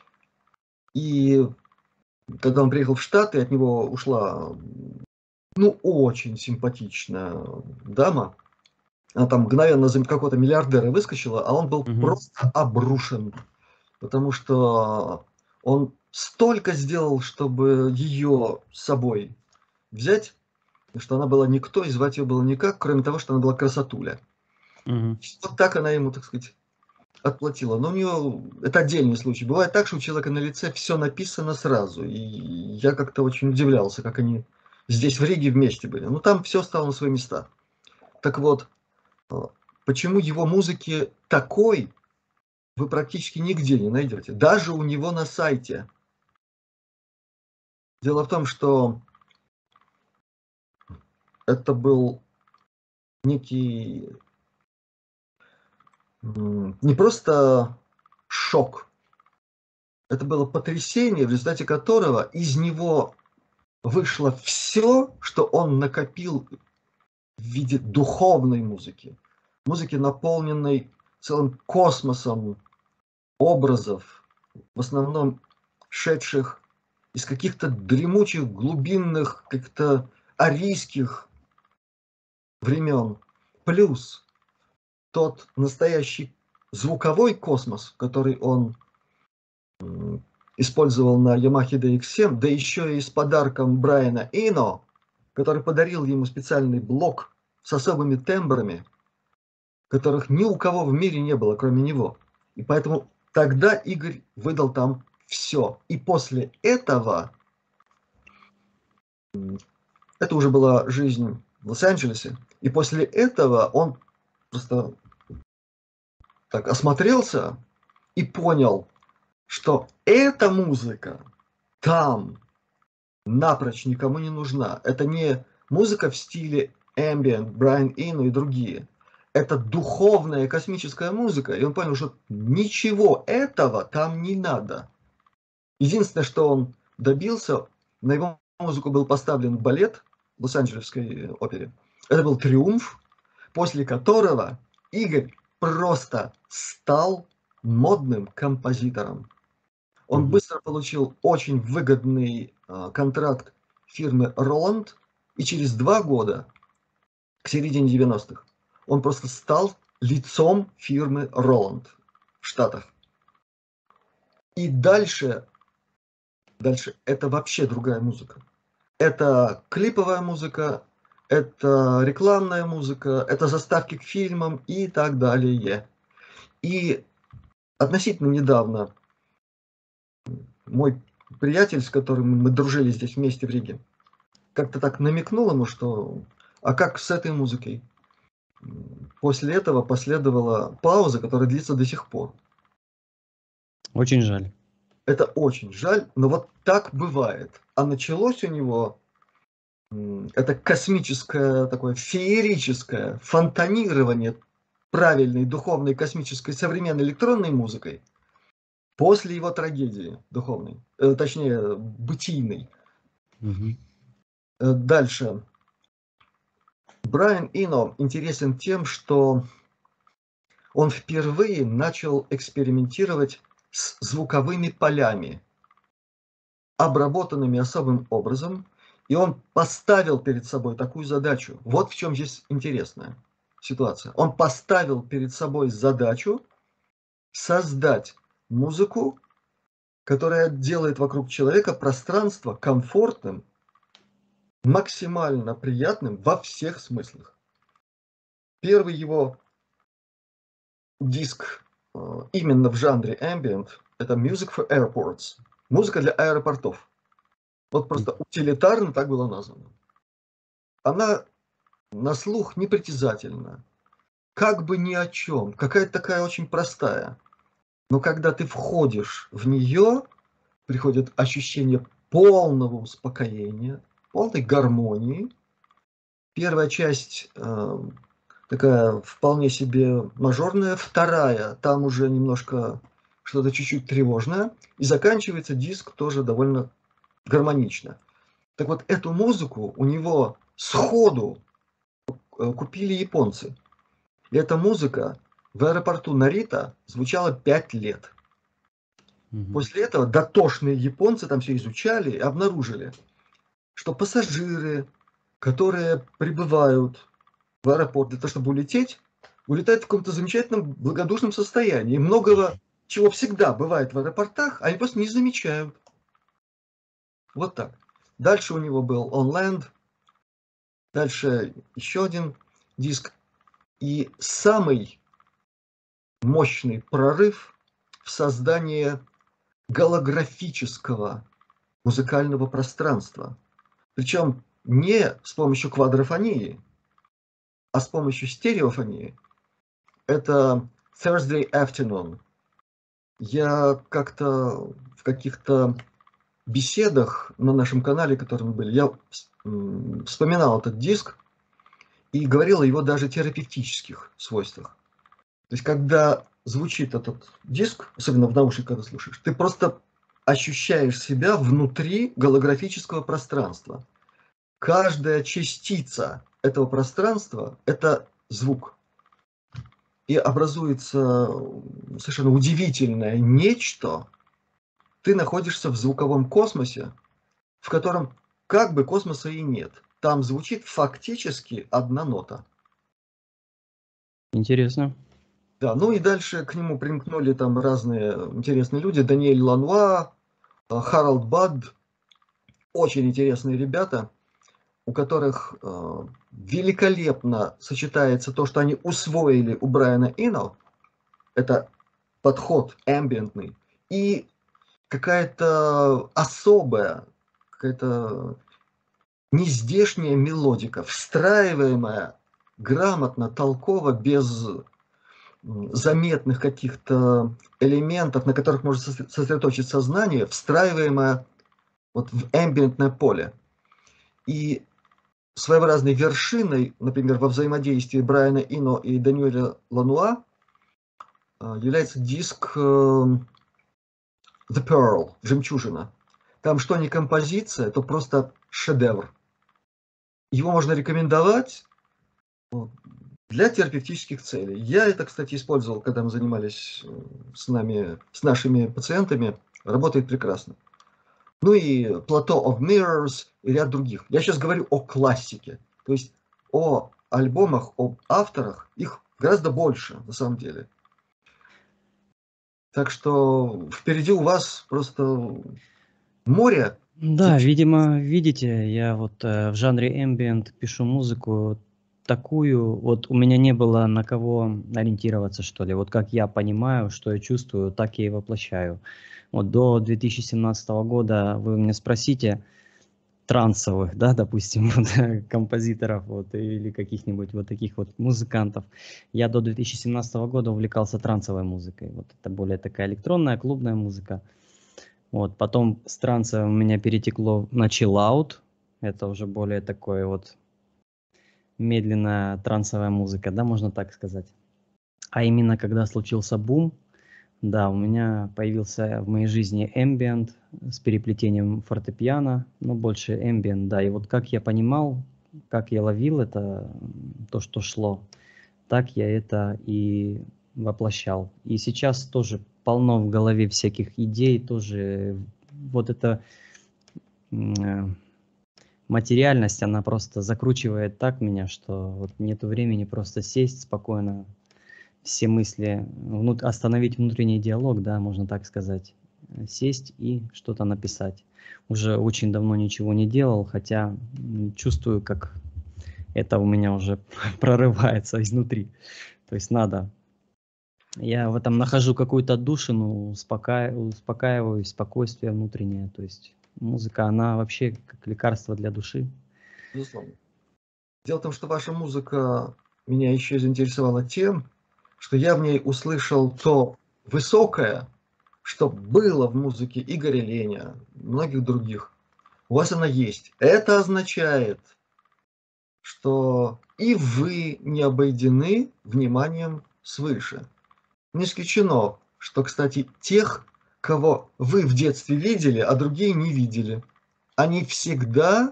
И когда он приехал в Штаты, от него ушла, ну, очень симпатичная дама. Она там мгновенно за какого-то миллиардера выскочила, а он был Мгм. просто обрушен. Потому что он столько сделал, чтобы ее с собой взять, что она была никто, и звать ее было никак, кроме того, что она была красотуля. Мгм. Вот так она ему, так сказать, отплатила. Но у нее это отдельный случай. Бывает так, что у человека на лице все написано сразу. И я как-то очень удивлялся, как они здесь в Риге вместе были. Но там все стало на свои места. Так вот, а, почему его музыки такой вы практически нигде не найдете. Даже у него на сайте. Дело в том, что это был некий м, не просто шок, это было потрясение, в результате которого из него вышло все, что он накопил в виде духовной музыки. Музыки, наполненной целым космосом образов, в основном шедших из каких-то дремучих, глубинных, каких-то арийских времен. Плюс тот настоящий звуковой космос, который он м, использовал на Yamaha ди икс семь, да еще и с подарком Брайана Ино, который подарил ему специальный блок с особыми тембрами, которых ни у кого в мире не было, кроме него. И поэтому тогда Игорь выдал там все. И после этого, это уже была жизнь в Лос-Анджелесе, и после этого он просто так осмотрелся и понял, что эта музыка там напрочь никому не нужна. Это не музыка в стиле ambient, Брайан Ино и другие. Это духовная космическая музыка. И он понял, что ничего этого там не надо. Единственное, что он добился, на его музыку был поставлен балет в Лос-Анджелесской опере. Это был «Триумф», после которого Игорь просто стал модным композитором. Он Мгм. быстро получил очень выгодный а, контракт фирмы Roland, и через два года, к середине девяностых, он просто стал лицом фирмы Roland в Штатах. И дальше, дальше это вообще другая музыка. Это клиповая музыка, это рекламная музыка, это заставки к фильмам и так далее. И относительно недавно мой приятель, с которым мы дружили здесь вместе в Риге, как-то так намекнул ему, что а как с этой музыкой? После этого последовала пауза, которая длится до сих пор. Очень жаль. Это очень жаль, но вот так бывает. А началось у него это космическое, такое феерическое фонтанирование правильной духовной космической современной электронной музыкой после его трагедии духовной, э, точнее бытийной. Мгм. Э, Дальше. Брайан Ино интересен тем, что он впервые начал экспериментировать с звуковыми полями, обработанными особым образом, и он поставил перед собой такую задачу. Вот в чем здесь интересная ситуация. Он поставил перед собой задачу создать музыку, которая делает вокруг человека пространство комфортным, максимально приятным во всех смыслах. Первый его диск э, именно в жанре ambient – это Music for Airports, музыка для аэропортов. Вот просто утилитарно так было названо. Она на слух непритязательна, как бы ни о чем, какая-то такая очень простая. Но когда ты входишь в нее, приходит ощущение полного успокоения, полной гармонии. Первая часть э, такая вполне себе мажорная, вторая там уже немножко что-то чуть-чуть тревожное, и заканчивается диск тоже довольно гармонично. Так вот, эту музыку у него сходу э, купили японцы. И эта музыка в аэропорту Нарита звучала пять лет. Мгм. После этого дотошные японцы там все изучали и обнаружили, что пассажиры, которые прибывают в аэропорт для того, чтобы улететь, улетают в каком-то замечательном, благодушном состоянии. И многого, чего всегда бывает в аэропортах, они просто не замечают. Вот так. Дальше у него был On Land, дальше еще один диск. И самый мощный прорыв в создании голографического музыкального пространства. Причем не с помощью квадрофонии, а с помощью стереофонии. Это Thursday Afternoon. Я как-то в каких-то беседах на нашем канале, которые мы были, я вспоминал этот диск и говорил о его даже терапевтических свойствах. То есть, когда звучит этот диск, особенно в наушниках, когда слушаешь, ты просто ощущаешь себя внутри голографического пространства. Каждая частица этого пространства – это звук. И образуется совершенно удивительное нечто. Ты находишься в звуковом космосе, в котором как бы космоса и нет. Там звучит фактически одна нота. Интересно. Да, ну и дальше к нему примкнули там разные интересные люди. Даниэль Лануа, Харалд Бадд. Очень интересные ребята, у которых э, великолепно сочетается то, что они усвоили у Брайана Ино. Это подход амбиентный. И какая-то особая, какая-то нездешняя мелодика, встраиваемая грамотно, толково, без заметных каких-то элементов, на которых может сосредоточить сознание, встраиваемая вот в амбиентное поле. И своеобразной вершиной, например, во взаимодействии Брайана Ино и Даниэля Лануа является диск The Pearl, «Жемчужина». Там что не композиция, то просто шедевр. Его можно рекомендовать для терапевтических целей. Я это, кстати, использовал, когда мы занимались с нами, с нашими пациентами. Работает прекрасно. Ну и Plateau of Mirrors и ряд других. Я сейчас говорю о классике. То есть о альбомах, об авторах. Их гораздо больше, на самом деле. Так что впереди у вас просто море. Да, видимо, видите, я вот э, в жанре ambient пишу музыку такую, вот у меня не было на кого ориентироваться, что ли. Вот как я понимаю, что я чувствую, так я и воплощаю. Вот до две тысячи семнадцатого года вы меня спросите трансовых, да, допустим, вот, композиторов вот, или каких-нибудь вот таких вот музыкантов. Я до две тысячи семнадцатого года увлекался трансовой музыкой. Вот это более такая электронная, клубная музыка. Вот, потом с транса у меня перетекло на чиллаут. Это уже более такое вот медленная трансовая музыка, да, можно так сказать. А именно когда случился бум, да, у меня появился в моей жизни ambient с переплетением фортепиано, но больше ambient, да. И вот как я понимал, как я ловил это, м, то, что шло, так я это и воплощал. И сейчас тоже полно в голове всяких идей, тоже вот эта м, э, материальность, она просто закручивает так меня, что вот нету времени просто сесть спокойно, все мысли, внут- остановить внутренний диалог, да, можно так сказать, э, сесть и что-то написать. Уже очень давно ничего не делал, хотя м, чувствую, как это у меня уже прорывается изнутри. То есть надо. Я в этом нахожу какую-то отдушину, успока- успокаиваюсь, спокойствие внутреннее. То есть музыка, она вообще как лекарство для души. Безусловно. Дело в том, что ваша музыка меня еще заинтересовала тем, что я в ней услышал то высокое, что было в музыке Игоря Леня, многих других. У вас она есть. Это означает, что и вы не обойдены вниманием свыше. Не исключено, что, кстати, тех, кого вы в детстве видели, а другие не видели, они всегда,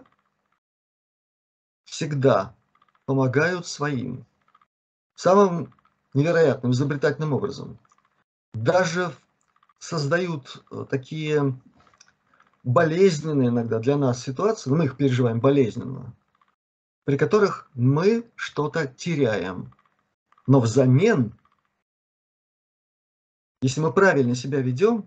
всегда помогают своим. Самым невероятным, изобретательным образом. Даже создают э, такие болезненные иногда для нас ситуации, но мы их переживаем болезненно, при которых мы что-то теряем. Но взамен, если мы правильно себя ведем,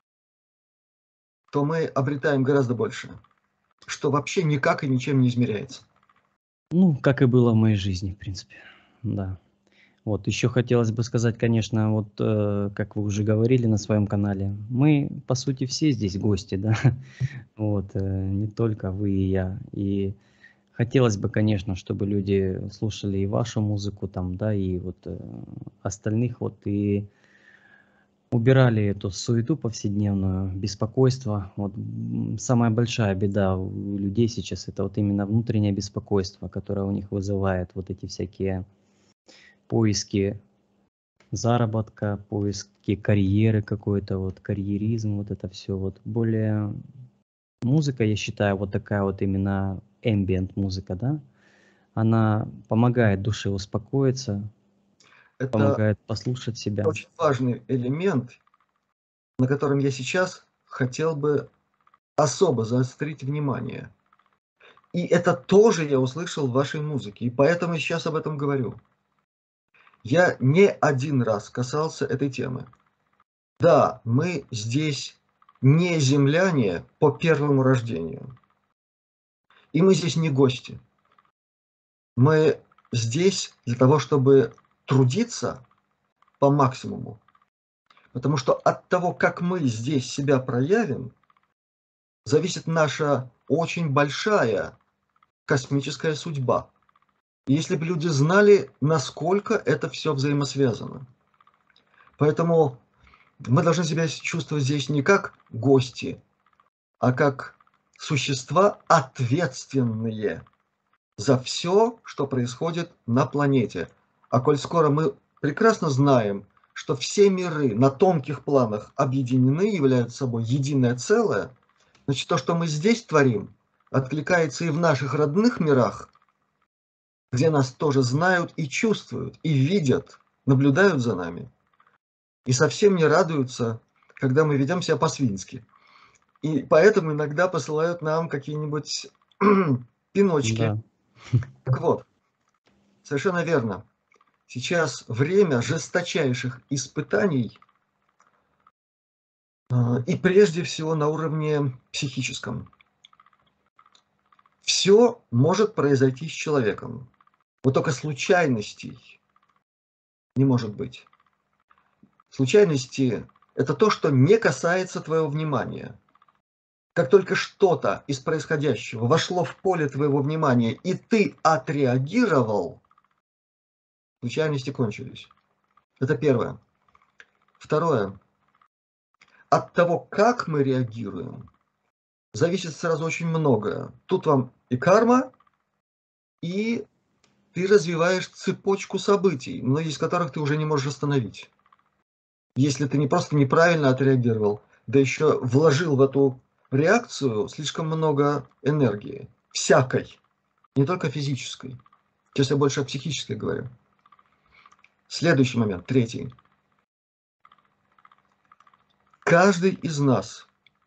то мы обретаем гораздо больше, что вообще никак и ничем не измеряется. Ну, как и было в моей жизни, в принципе. Да. Вот, еще хотелось бы сказать, конечно, вот, э, как вы уже говорили на своем канале, мы, по сути, все здесь гости, да, вот, э, не только вы и я. И хотелось бы, конечно, чтобы люди слушали и вашу музыку там, да, и вот э, остальных, вот, и убирали эту суету повседневную, беспокойство. Вот м, самая большая беда у людей сейчас это вот именно внутреннее беспокойство, которое у них вызывает вот эти всякие поиски заработка, поиски карьеры какой-то, вот карьеризм, вот это все вот. Более музыка, я считаю, вот такая вот именно ambient музыка, да, она помогает душе успокоиться, Это помогает послушать себя. очень важный элемент, на котором я сейчас хотел бы особо заострить внимание. И это тоже я услышал в вашей музыке, и поэтому я сейчас об этом говорю. Я не один раз касался этой темы. Да, мы здесь не земляне по первому рождению, и мы здесь не гости. Мы здесь для того, чтобы трудиться по максимуму, потому что от того, как мы здесь себя проявим, зависит наша очень большая космическая судьба. И если бы люди знали, насколько это все взаимосвязано. Поэтому мы должны себя чувствовать здесь не как гости, а как существа, ответственные за все, что происходит на планете. А коль скоро мы прекрасно знаем, что все миры на тонких планах объединены, являются собой единое целое, значит, то, что мы здесь творим, откликается и в наших родных мирах, где нас тоже знают и чувствуют, и видят, наблюдают за нами. И совсем не радуются, когда мы ведем себя по-свински. И поэтому иногда посылают нам какие-нибудь пиночки. Да, Так вот, совершенно верно. Сейчас время жесточайших испытаний, а, и прежде всего на уровне психическом. Все может произойти с человеком. Вот только случайностей не может быть. Случайности – это то, что не касается твоего внимания. Как только что-то из происходящего вошло в поле твоего внимания, и ты отреагировал, случайности кончились. Это первое. Второе. От того, как мы реагируем, зависит сразу очень многое. Тут вам и карма, и ты развиваешь цепочку событий, многие из которых ты уже не можешь остановить. Если ты не просто неправильно отреагировал, да еще вложил в эту реакцию слишком много энергии, всякой, не только физической. Сейчас я больше о психической говорю. Следующий момент, третий. Каждый из нас,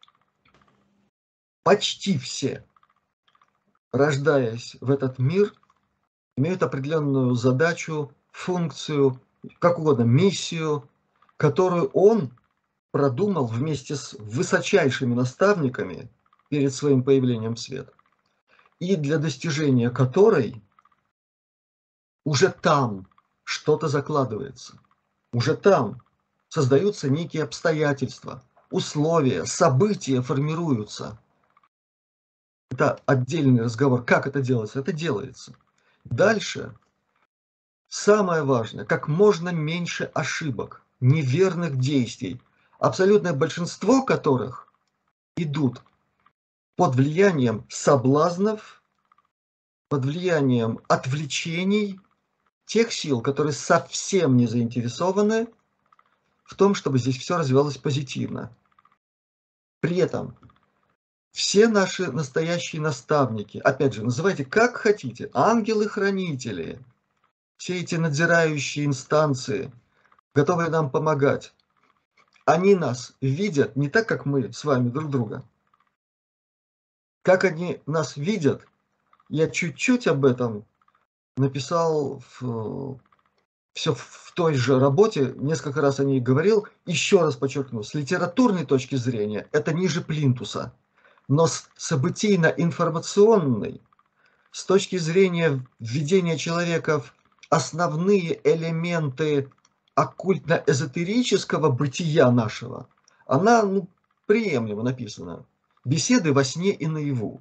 почти все, рождаясь в этот мир, имеют определенную задачу, функцию, как угодно, миссию, которую он продумал вместе с высочайшими наставниками перед своим появлением в свет, и для достижения которой уже там что-то закладывается, уже там создаются некие обстоятельства, условия, события формируются. Это отдельный разговор. Как это делается? Это делается. Дальше самое важное, как можно меньше ошибок, неверных действий, абсолютное большинство которых идут под влиянием соблазнов, под влиянием отвлечений тех сил, которые совсем не заинтересованы в том, чтобы здесь все развивалось позитивно. При этом все наши настоящие наставники, опять же, называйте как хотите, ангелы-хранители, все эти надзирающие инстанции, готовые нам помогать, они нас видят не так, как мы с вами друг друга. Как они нас видят, я чуть-чуть об этом написал в, все в той же работе, несколько раз о ней говорил, еще раз подчеркну, с литературной точки зрения это ниже плинтуса, но с событийно-информационной, с точки зрения введения человека в основные элементы оккультно-эзотерического бытия нашего, она ну, приемлемо написана. Беседы во сне и наяву.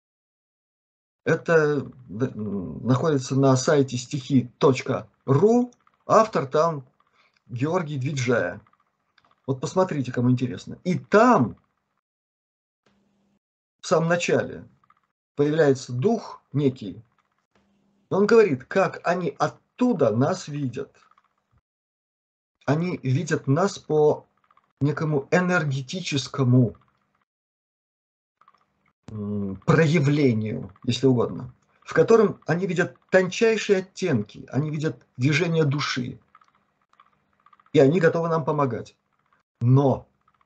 Это находится на сайте стихи точка ру, автор там Георгий Двиджая. Вот посмотрите, кому интересно. И там, в самом начале, появляется дух некий. Он говорит, как они оттуда нас видят. Они видят нас по некому энергетическому проявлению, если угодно, в котором они видят тончайшие оттенки, они видят движение души, и они готовы нам помогать. Но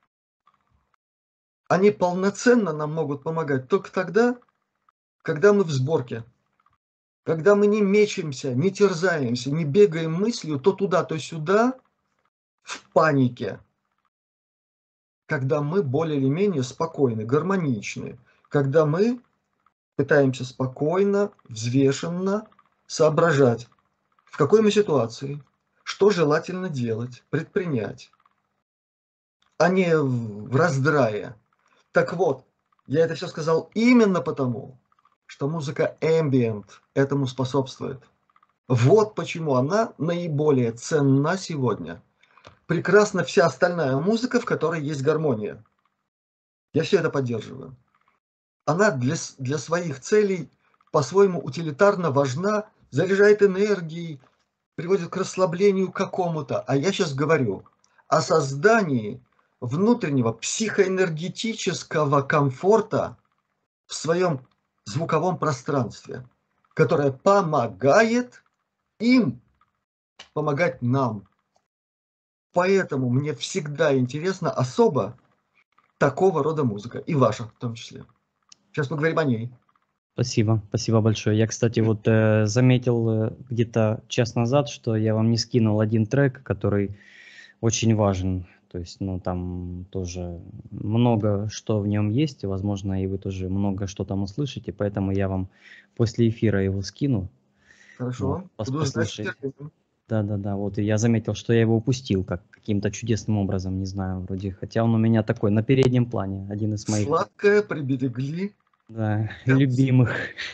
они полноценно нам могут помогать только тогда, когда мы в сборке, когда мы не мечемся, не терзаемся, не бегаем мыслью то туда, то сюда, в панике, когда мы более или менее спокойны, гармоничны, когда мы пытаемся спокойно, взвешенно соображать, в какой мы ситуации, что желательно делать, предпринять, а не в раздрае. Так вот, я это все сказал именно потому, что музыка ambient этому способствует. Вот почему она наиболее ценна сегодня. Прекрасна вся остальная музыка, в которой есть гармония. Я все это поддерживаю. Она для, для своих целей по-своему утилитарно важна, заряжает энергией, приводит к расслаблению какому-то. А я сейчас говорю о создании внутреннего психоэнергетического комфорта в своем звуковом пространстве, которое помогает им помогать нам. Поэтому мне всегда интересна особо такого рода музыка, и ваша в том числе. Сейчас поговорим о ней. Спасибо, спасибо большое. Я, кстати, вот э, заметил э, где-то час назад, что я вам не скинул один трек, который очень важен. То есть, ну, там тоже много что в нем есть, и, возможно, и вы тоже много что там услышите, поэтому я вам после эфира его скину. Хорошо. Вот, Буду ждать с послушайте. терпением. Да-да-да, вот и я заметил, что я его упустил как каким-то чудесным образом, не знаю, вроде, хотя он у меня такой на переднем плане, один из моих, Сладкое приберегли. да, Да. любимых.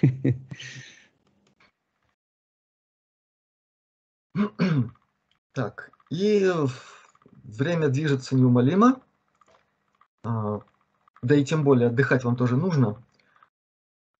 Так, и время движется неумолимо, а, да и тем более отдыхать вам тоже нужно.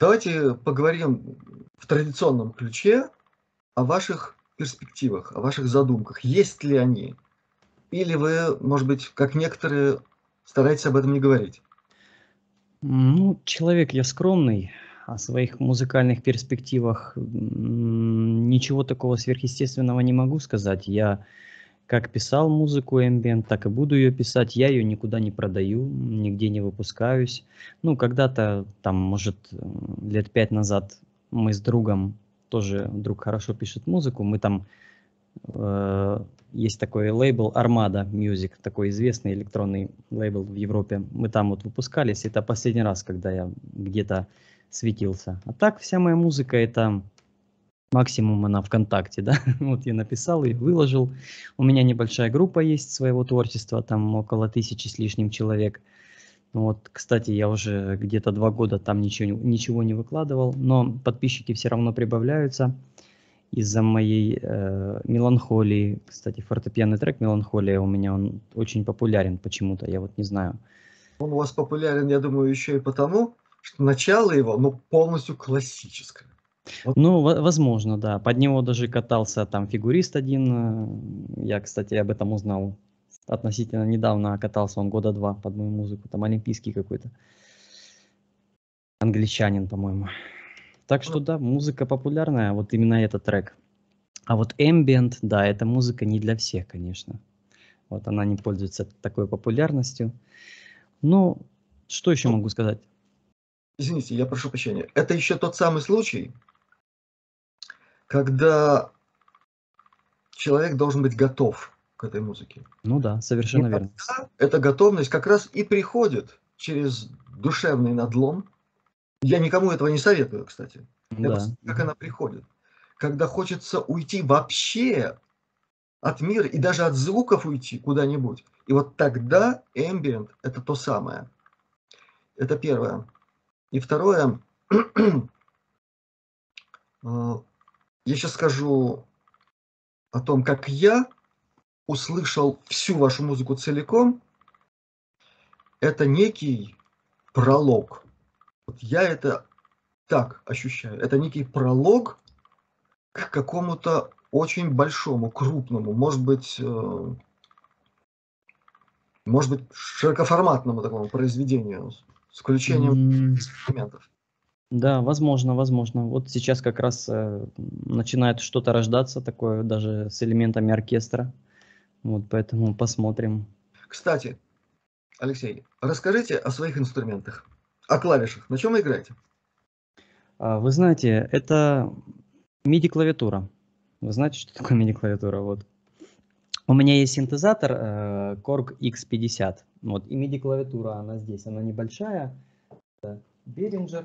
Давайте поговорим в традиционном ключе о ваших перспективах, о ваших задумках. Есть ли они? Или вы, может быть, как некоторые, стараетесь об этом не говорить? Ну, человек я скромный, о своих музыкальных перспективах м, ничего такого сверхъестественного не могу сказать. Я как писал музыку ambient, так и буду ее писать. Я ее никуда не продаю, нигде не выпускаюсь. Ну, когда-то, там, может, м, лет пять назад мы с другом, тоже друг хорошо пишет музыку, мы там, э, есть такой лейбл Armada Music, такой известный электронный лейбл в Европе. Мы там вот выпускались. Это последний раз, когда я где-то светился. А так вся моя музыка это максимум она ВКонтакте, да. Вот я написал и выложил. У меня небольшая группа есть своего творчества, там около тысячи с лишним человек. Вот, кстати, я уже где-то два года там ничего, ничего не выкладывал, но подписчики все равно прибавляются из-за моей э, меланхолии. Кстати, фортепианный трек «Меланхолия» у меня он очень популярен почему-то, я вот не знаю. Он у вас популярен, я думаю, еще и потому, что начало его, ну, полностью классическое. Вот. Ну, во- возможно, да. Под него даже катался там фигурист один. э, Я, кстати, об этом узнал относительно недавно. Катался он года два под мою музыку. Там олимпийский какой-то. Англичанин, по-моему. Так что да, музыка популярная, вот именно этот трек. А вот ambient, да, эта музыка не для всех, конечно. Вот она не пользуется такой популярностью. Ну, что еще Ну, могу сказать? извините, я прошу прощения. Это еще тот самый случай, когда человек должен быть готов к этой музыке. Ну да, И совершенно верно. тогда эта готовность как раз и приходит через душевный надлом. Я никому этого не советую, кстати. Я Да. просто как она приходит. Когда хочется уйти вообще от мира и даже от звуков уйти куда-нибудь. И вот тогда ambient – это то самое. Это первое. И второе, э, я сейчас скажу о том, как я услышал всю вашу музыку целиком. Это некий пролог. Вот я это так ощущаю. Это некий пролог к какому-то очень большому, крупному, может быть, э, может быть, широкоформатному такому произведению с включением М, инструментов. Да, возможно, возможно. Вот сейчас как раз э, начинает что-то рождаться такое, даже с элементами оркестра. Вот поэтому посмотрим. Кстати, Алексей, расскажите о своих инструментах, о клавишах. На чем вы играете? А, Вы знаете, это миди-клавиатура. Вы знаете, что такое миди-клавиатура? Вот. У меня есть синтезатор э, Korg икс пятьдесят. Вот, и миди-клавиатура, она здесь, она небольшая. Это Behringer.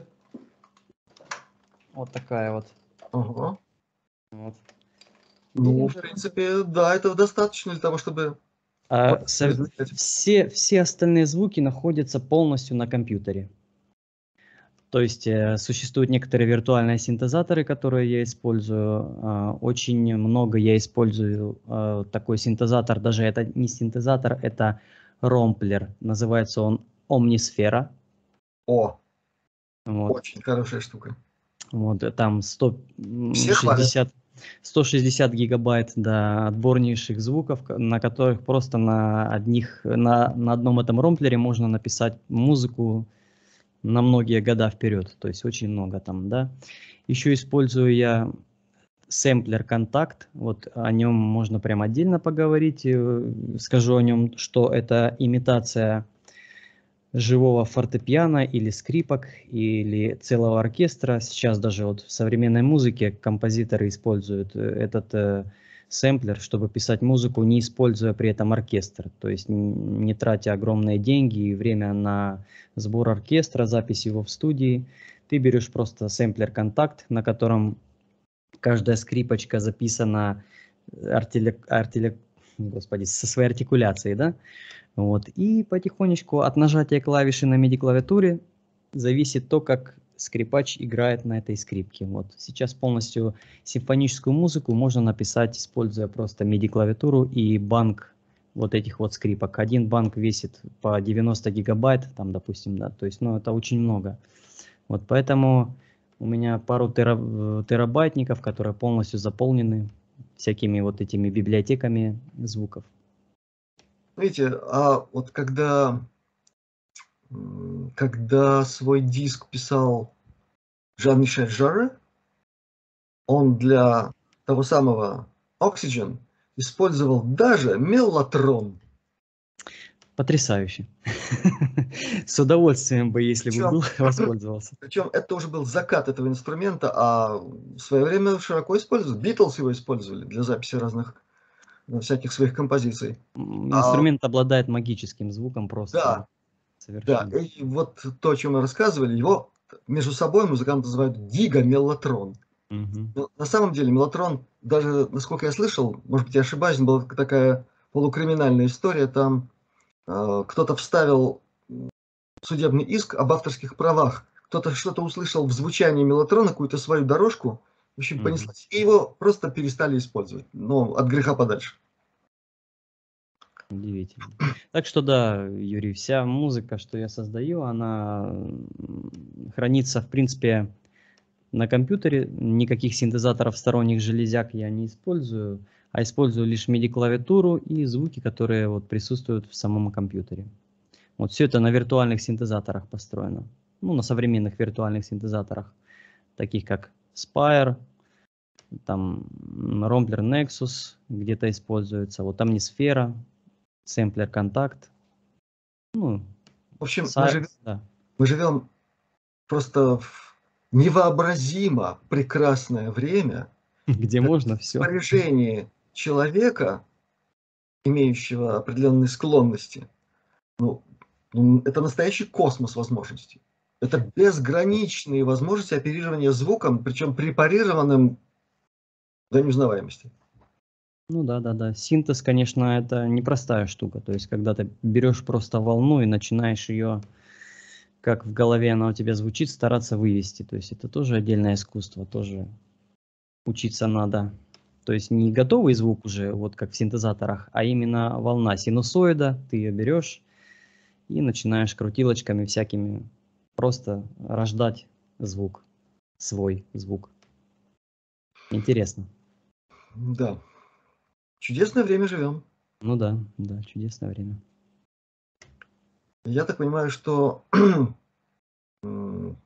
Вот такая вот. Ага. Вот. Ну, в Behringer. принципе, да, этого достаточно для того, чтобы А, со- производить. все, все остальные звуки находятся полностью на компьютере. То есть э, существуют некоторые виртуальные синтезаторы, которые я использую. Э, очень много я использую э, такой синтезатор. Даже это не синтезатор, это ромплер. Называется он Omnisfera. О, Вот, очень хорошая штука. вот э, там сто Все хвалят. шестьдесят, сто шестьдесят гигабайт да, отборнейших звуков, ка- на которых просто на одних, на, на одном этом ромплере можно написать музыку на многие года вперед, то есть очень много там, да. Еще использую я сэмплер «Контакт», вот о нем можно прям отдельно поговорить, э, скажу о нем, что это имитация живого фортепиано или скрипок, или целого оркестра. Сейчас даже вот в современной музыке композиторы используют э, этот э, сэмплер, чтобы писать музыку, не используя при этом оркестр. То есть н- не тратя огромные деньги и время на сбор оркестра, запись его в студии. Ты берешь просто сэмплер «Контакт», на котором каждая скрипочка записана артиле, артиле, господи, со своей артикуляцией, да? Вот. И потихонечку от нажатия клавиши на миди-клавиатуре зависит то, как скрипач играет на этой скрипке. Вот. Сейчас полностью симфоническую музыку можно написать, используя просто миди-клавиатуру и банк вот этих вот скрипок. Один банк весит по девяносто гигабайт, там, допустим, да, то есть, ну, это очень много. Вот поэтому У меня пару тера- э, терабайтников, которые полностью заполнены всякими вот этими библиотеками звуков. Видите, а вот когда, м, когда свой диск писал Жан-Мишель Жарре, он для того самого Oxygen использовал даже меллотрон. Потрясающе. С удовольствием бы, если бы Причем, был, воспользовался. причем это уже был закат этого инструмента, а в свое время широко использовали. Битлз его использовали для записи разных, ну, всяких своих композиций. М, А, Инструмент обладает магическим звуком просто да, да, совершенно. и вот то, о чем мы рассказывали, его между собой музыканты называют гига-меллотрон. Мгм. Ну, на самом деле меллотрон, даже насколько я слышал, может быть, я ошибаюсь, была такая полукриминальная история, там э, кто-то вставил судебный иск об авторских правах, кто-то что-то услышал в звучании меллотрона, какую-то свою дорожку, в общем, Мгм. понеслась, и его просто перестали использовать, ну, от греха подальше. Удивительно. Так что да, Юрий, вся музыка, что я создаю, она м, хранится, в принципе, на компьютере. Никаких синтезаторов сторонних железяк я не использую, а использую лишь MIDI-клавиатуру и звуки, которые вот присутствуют в самом компьютере. Вот все это на виртуальных синтезаторах построено. Ну, на современных виртуальных синтезаторах, таких как Spire, там м, Rompler Nexus где-то используется, вот Omnisphere, Sampler Contact, ну, В общем, мы живем, Sires, да, мы живем просто в невообразимо прекрасное время, где когда можно в все. распоряжении человека, имеющего определенные склонности, ну, м, это настоящий космос возможностей. Это безграничные возможности оперирования звуком, причем препарированным до неузнаваемости. Ну да, да, да. Синтез, конечно, это непростая штука. То есть, когда ты берешь просто волну и начинаешь ее, как в голове она у тебя звучит, стараться вывести. То есть, это тоже отдельное искусство, тоже учиться надо. То есть, не готовый звук уже, вот как в синтезаторах, а именно волна синусоида, ты ее берешь и начинаешь крутилочками всякими просто рождать звук, свой звук. Интересно. Да, чудесное время живем. Ну да, да, чудесное время. Я так понимаю, что м,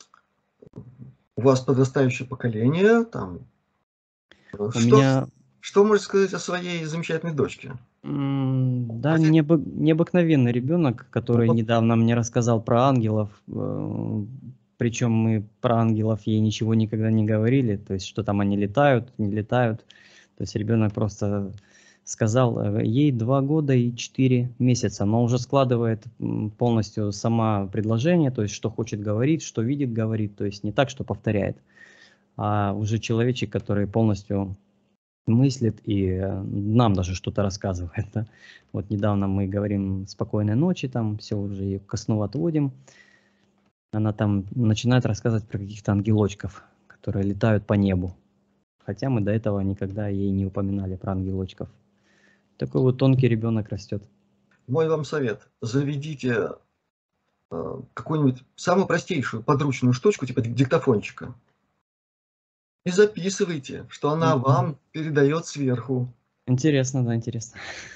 у вас подрастающее поколение, там, э, У что, меня что можете сказать о своей замечательной дочке? М, да, Хотя, необы необыкновенный ребенок, ну, который вот, недавно мне рассказал про ангелов. Э, причем мы про ангелов ей ничего никогда не говорили, то есть что там они летают, не летают. То есть ребенок просто сказал, э, ей два года и четыре месяца, но уже складывает м, полностью сама предложение, то есть что хочет говорит, что видит говорит, то есть не так, что повторяет, а уже человечек, который полностью мыслит и э, нам даже что-то рассказывает, да. Вот недавно мы говорим спокойной ночи, там все уже ее ко сну отводим. Она там начинает рассказывать про каких-то ангелочков, которые летают по небу. Хотя мы до этого никогда ей не упоминали про ангелочков. Такой вот тонкий ребенок растет. мой вам совет. Заведите э, какую-нибудь самую простейшую подручную штучку, типа диктофончика, и записывайте, что она Мгм. вам передает сверху. Интересно, да, интересно.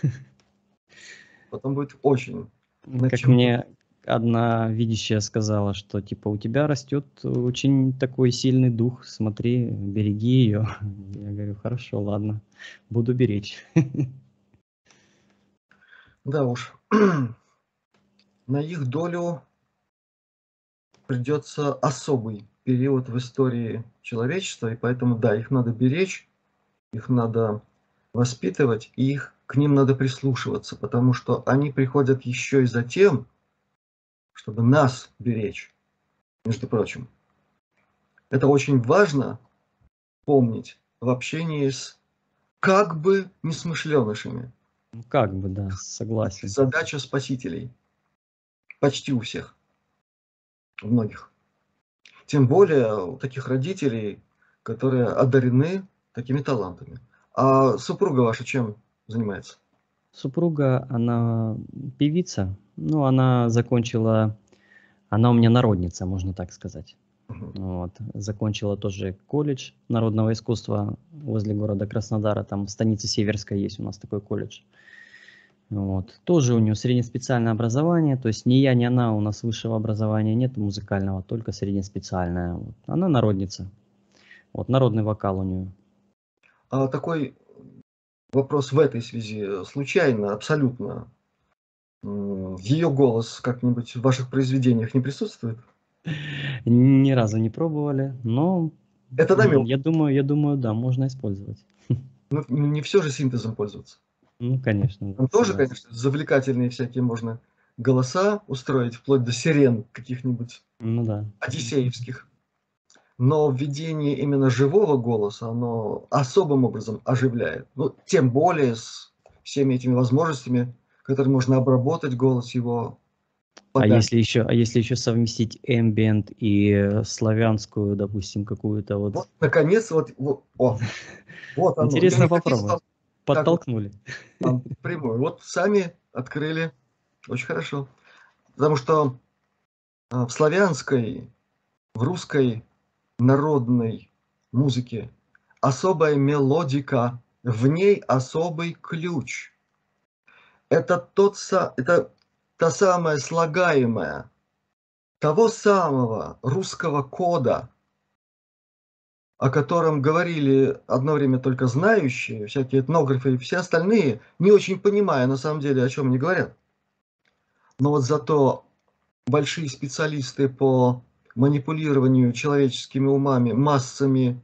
Потом будет очень над Как чем. мне одна видящая сказала, что типа у тебя растет очень такой сильный дух, смотри, береги ее. Я говорю, хорошо, ладно, буду беречь. Да уж, на их долю придется особый период в истории человечества, и поэтому, да, их надо беречь, их надо воспитывать, и их, к ним надо прислушиваться, потому что они приходят еще и за тем, чтобы нас беречь, между прочим. Это очень важно помнить в общении с как бы несмышленышами. Ну, как бы, да, согласен. Задача спасителей почти у всех, у многих. Тем более у таких родителей, которые одарены такими талантами. А супруга ваша чем занимается? Супруга, она певица, ну, она закончила, она у меня народница, можно так сказать. Мгм. Вот. Закончила тоже колледж народного искусства возле города Краснодара. Там в станице Северской есть у нас такой колледж. Вот. Тоже у нее среднеспециальное образование. То есть ни я, ни она, у нас высшего образования нет музыкального, только среднеспециальное. Вот. Она народница. Вот, народный вокал у нее. А такой вопрос в этой связи. Случайно, абсолютно, м, ее голос как-нибудь в ваших произведениях не присутствует? Ни разу не пробовали, но Это м, намек. я думаю, я думаю, да, можно использовать. Ну, не все же синтезом пользоваться. Ну, конечно, Там тоже, согласен. конечно, завлекательные всякие можно голоса устроить, вплоть до сирен каких-нибудь Ну да. одиссеевских. Но введение именно живого голоса, оно особым образом оживляет. Ну, тем более с всеми этими возможностями, которые можно обработать голос, его А подать. если еще, а если еще совместить ambient и э, славянскую, допустим, какую-то вот. Вот, наконец, вот, вот, о, вот оно. Я Интересно не хотел попробовать. вам так вот Подтолкнули. там прямую. Вот сами открыли. Очень хорошо. Потому что а, в славянской, в русской народной музыке особая мелодика, в ней особый ключ. Это тот са это та самая слагаемая того самого русского кода, о котором говорили одно время только знающие, всякие этнографы и все остальные, не очень понимая на самом деле, о чем они говорят. Но вот зато большие специалисты по манипулированию человеческими умами, массами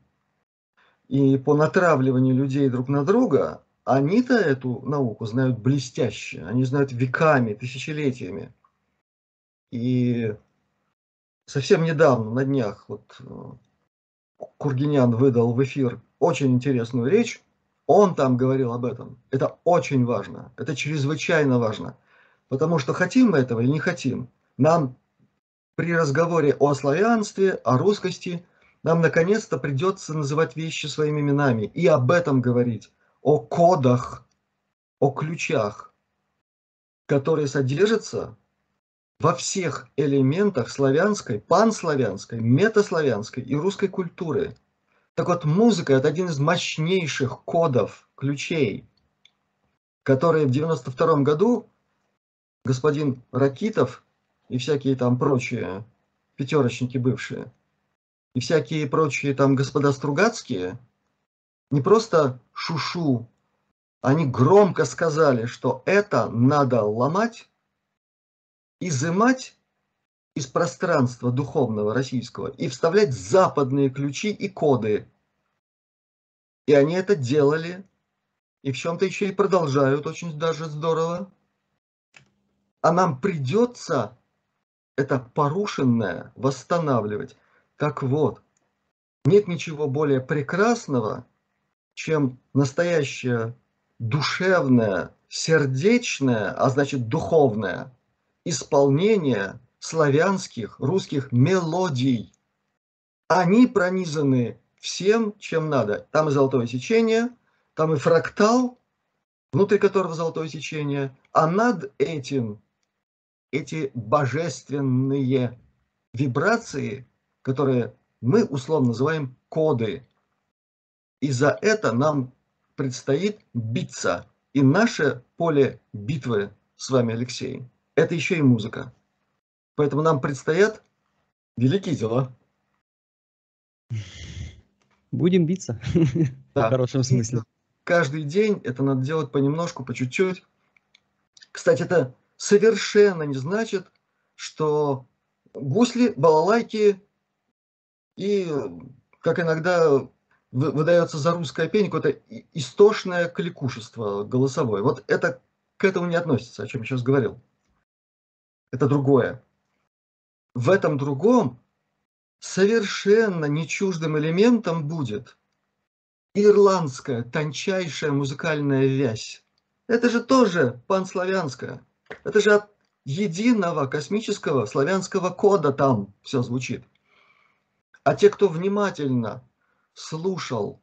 и по натравливанию людей друг на друга, они-то эту науку знают блестяще, они знают веками, тысячелетиями. И совсем недавно, на днях, вот э, Кургинян выдал в эфир очень интересную речь. Он там говорил об этом. Это очень важно. Это чрезвычайно важно. Потому что хотим мы этого или не хотим, нам при разговоре о славянстве, о русскости, нам наконец-то придется называть вещи своими именами и об этом говорить, о кодах, о ключах, которые содержатся во всех элементах славянской, панславянской, метаславянской и русской культуры. Так вот, музыка – это один из мощнейших кодов, ключей, которые в девяносто втором году господин Ракитов и всякие там прочие пятерочники бывшие, и всякие прочие там господа Стругацкие не просто шушу, они громко сказали, что это надо ломать, изымать из пространства духовного российского и вставлять западные ключи и коды. И они это делали, и в чем-то еще и продолжают очень даже здорово. А нам придется это порушенное восстанавливать. Так вот, нет ничего более прекрасного, чем настоящее душевное, сердечное, а значит духовное исполнение славянских, русских мелодий. Они пронизаны всем, чем надо. Там и золотое сечение, там и фрактал, внутри которого золотое сечение, а над этим эти божественные вибрации, которые мы условно называем коды. И за это нам предстоит биться. И наше поле битвы с вами, Алексей, это еще и музыка. Поэтому нам предстоят великие дела. Будем биться. В Да. хорошем И смысле. каждый день это надо делать понемножку, по чуть-чуть. Кстати, это совершенно не значит, что гусли, балалайки и, как иногда выдается за русское пение, какое-то истошное кликушество голосовое. Вот это к этому не относится, о чем я сейчас говорил. Это другое. В этом другом совершенно не чуждым элементом будет ирландская тончайшая музыкальная вязь. Это же тоже панславянское. Это же от единого космического славянского кода там все звучит. А те, кто внимательно слушал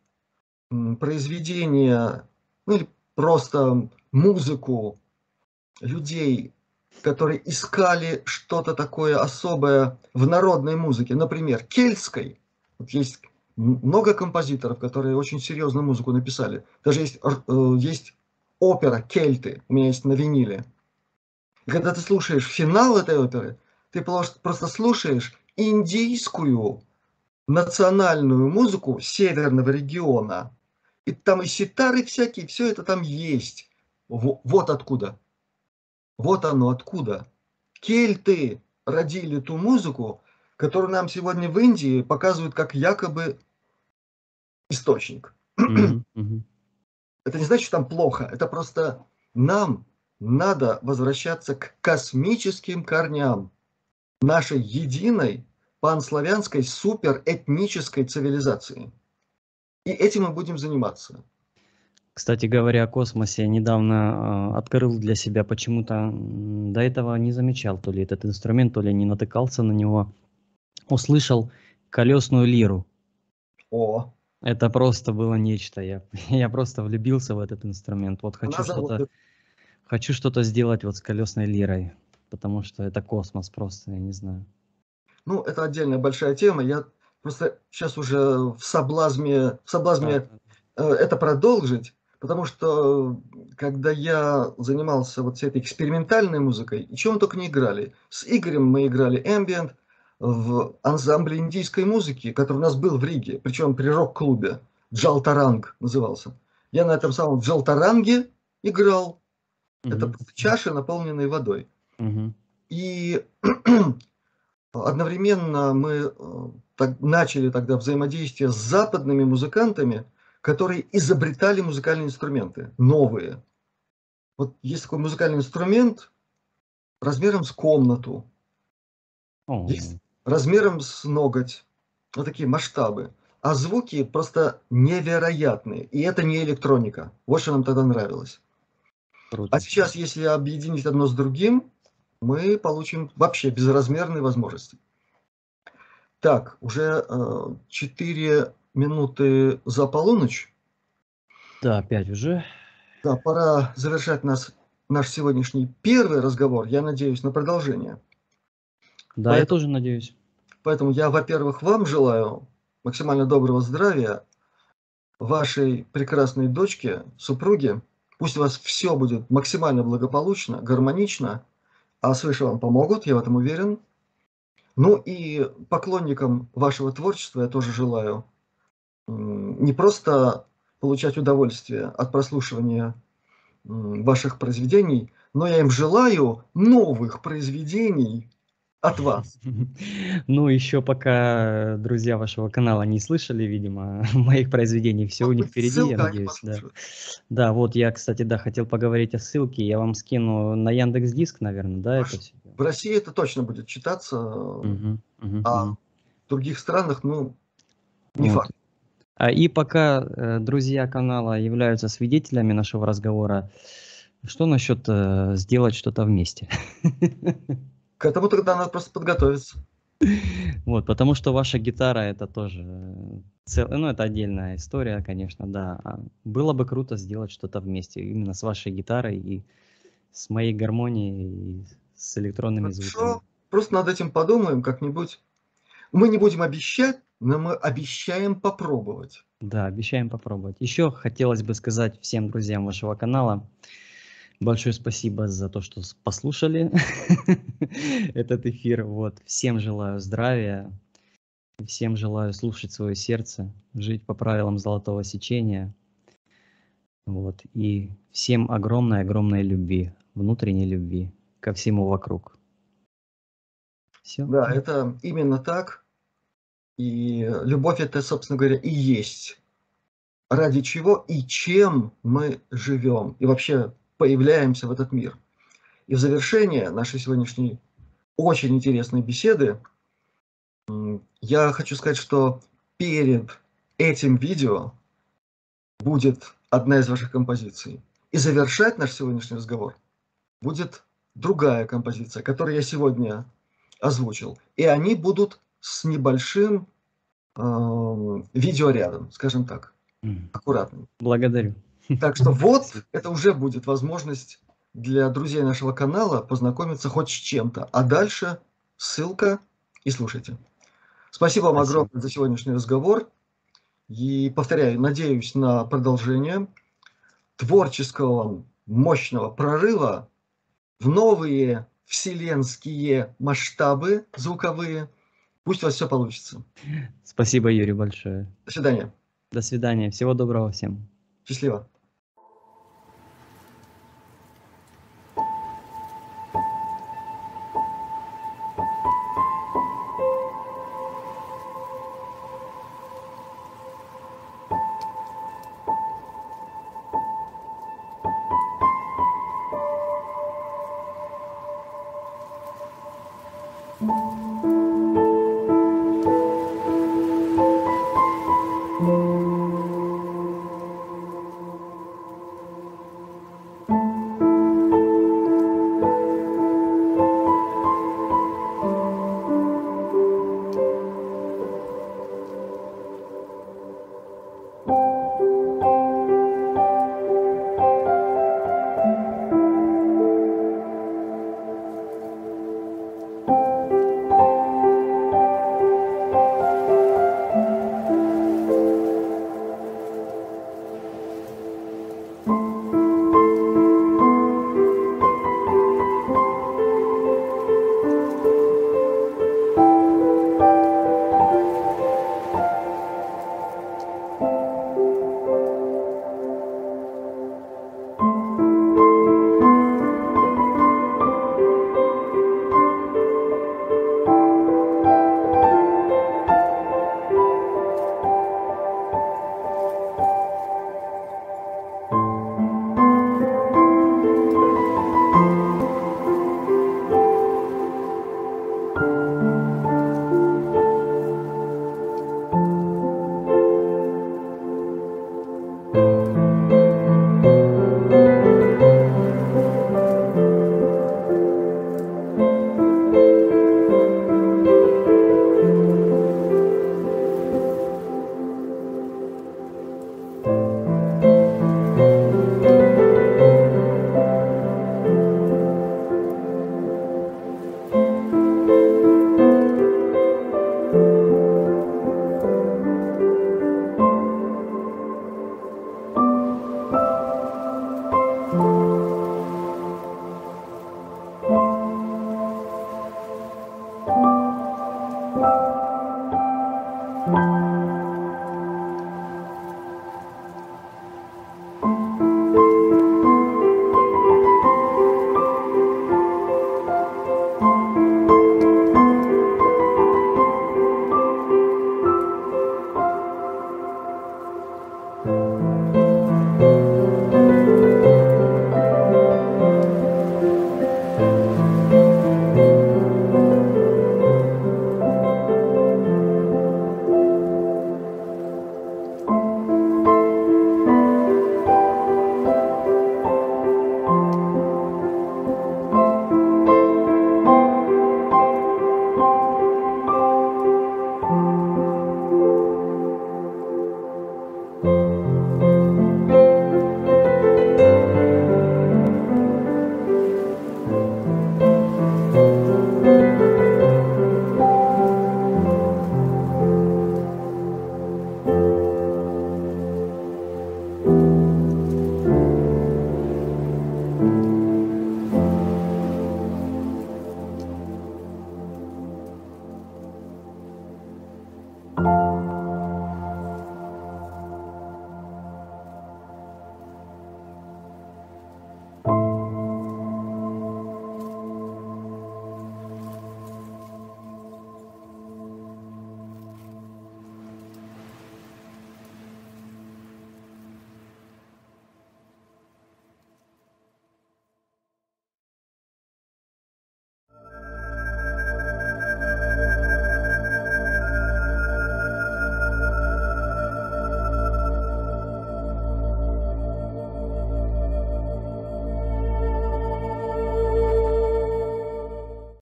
произведения, ну или просто музыку людей которые искали что-то такое особое в народной музыке, например, кельтской. Вот есть много композиторов, которые очень серьезную музыку написали. Даже есть, э, есть опера «Кельты», у меня есть на виниле. И когда ты слушаешь финал этой оперы, ты просто слушаешь индийскую национальную музыку северного региона. И там и ситары всякие, все это там есть. Вот откуда. Вот оно откуда. Кельты родили ту музыку, которую нам сегодня в Индии показывают как якобы источник. Мгм, мгм. Это не значит, что там плохо. Это просто нам надо возвращаться к космическим корням нашей единой панславянской суперэтнической цивилизации. И этим мы будем заниматься. Кстати говоря о космосе, недавно, а, открыл для себя почему-то, м, до этого не замечал то ли этот инструмент, то ли не натыкался на него. Услышал колесную лиру. О, Это просто было нечто. Я я просто влюбился в этот инструмент. Вот она хочу что-то заводит. хочу что-то сделать вот с колесной лирой, потому что это космос просто, я не знаю. Ну, это отдельная большая тема. Я просто сейчас уже в соблазне, в Да, соблазне э, это продолжить, потому что когда я занимался вот всей этой экспериментальной музыкой, и чем мы только не играли. С Игорем мы играли ambient в ансамбле индийской музыки, который у нас был в Риге, причем при рок-клубе. Джалтаранг назывался. Я на этом самом Джалтаранге играл. Это Мгм, просто чаши, наполненные водой. мгм. И одновременно мы э, так, начали тогда взаимодействие с западными музыкантами, которые изобретали музыкальные инструменты, новые. Вот есть такой музыкальный инструмент размером с комнату, есть О, размером с ноготь, вот такие масштабы. А звуки просто невероятные. И это не электроника. Вот что нам тогда нравилось. А круто. сейчас, если объединить одно с другим, мы получим вообще безразмерные возможности. Так, уже э, четыре минуты за полуночь. Да, опять уже. Да, пора завершать нас, наш сегодняшний первый разговор. Я надеюсь на продолжение. Да, я Поэтому, тоже надеюсь. поэтому я, во-первых, вам желаю максимально доброго здравия, вашей прекрасной дочке, супруге. Пусть у вас все будет максимально благополучно, гармонично, а свыше вам помогут, я в этом уверен. Ну и поклонникам вашего творчества я тоже желаю м, не просто получать удовольствие от прослушивания м, ваших произведений, но я им желаю новых произведений от вас. Ну, еще пока друзья вашего канала не слышали, видимо, моих произведений, все у Может них быть, впереди, я ссылка, они надеюсь, да. послушают. Да, вот я, кстати, да, хотел поговорить о ссылке. Я вам скину на Яндекс.Диск, наверное, да, это Хорошо. все. В России это точно будет читаться, Мгм, мгм, а мгм. в других странах, ну, не Вот. факт. А, и пока, э, друзья канала являются свидетелями нашего разговора, что насчет, э, сделать что-то вместе? К этому тогда надо просто подготовиться. Вот, потому что ваша гитара — это тоже, э, цел ну, это отдельная история, конечно, да. А, было бы круто сделать что-то вместе именно с вашей гитарой и с моей гармонией, и с электронными звуками. Хорошо, просто над этим подумаем как-нибудь. Мы не будем обещать, но мы обещаем попробовать. Да, обещаем попробовать. Еще хотелось бы сказать всем друзьям вашего канала большое спасибо за то, что с послушали этот эфир. Вот. Всем желаю здравия, всем желаю слушать свое сердце, жить по правилам золотого сечения. Вот. И всем огромной-огромной любви, внутренней любви ко всему вокруг. Все. Да, это именно так. И любовь это, собственно говоря, и есть. Ради чего и чем мы живем. И вообще появляемся в этот мир. И в завершение нашей сегодняшней очень интересной беседы я хочу сказать, что перед этим видео будет одна из ваших композиций. И завершать наш сегодняшний разговор будет другая композиция, которую я сегодня озвучил. И они будут с небольшим э, видеорядом, скажем так, М. аккуратным. Благодарю. Так что вот Спасибо. это уже будет возможность для друзей нашего канала познакомиться хоть с чем-то. А дальше ссылка и слушайте. Спасибо вам Спасибо. огромное за сегодняшний разговор. И повторяю, надеюсь на продолжение творческого мощного прорыва в новые вселенские масштабы звуковые. Пусть у вас все получится. Спасибо, Юрий, большое. До свидания. До свидания. Всего доброго всем. Счастливо. Thank you.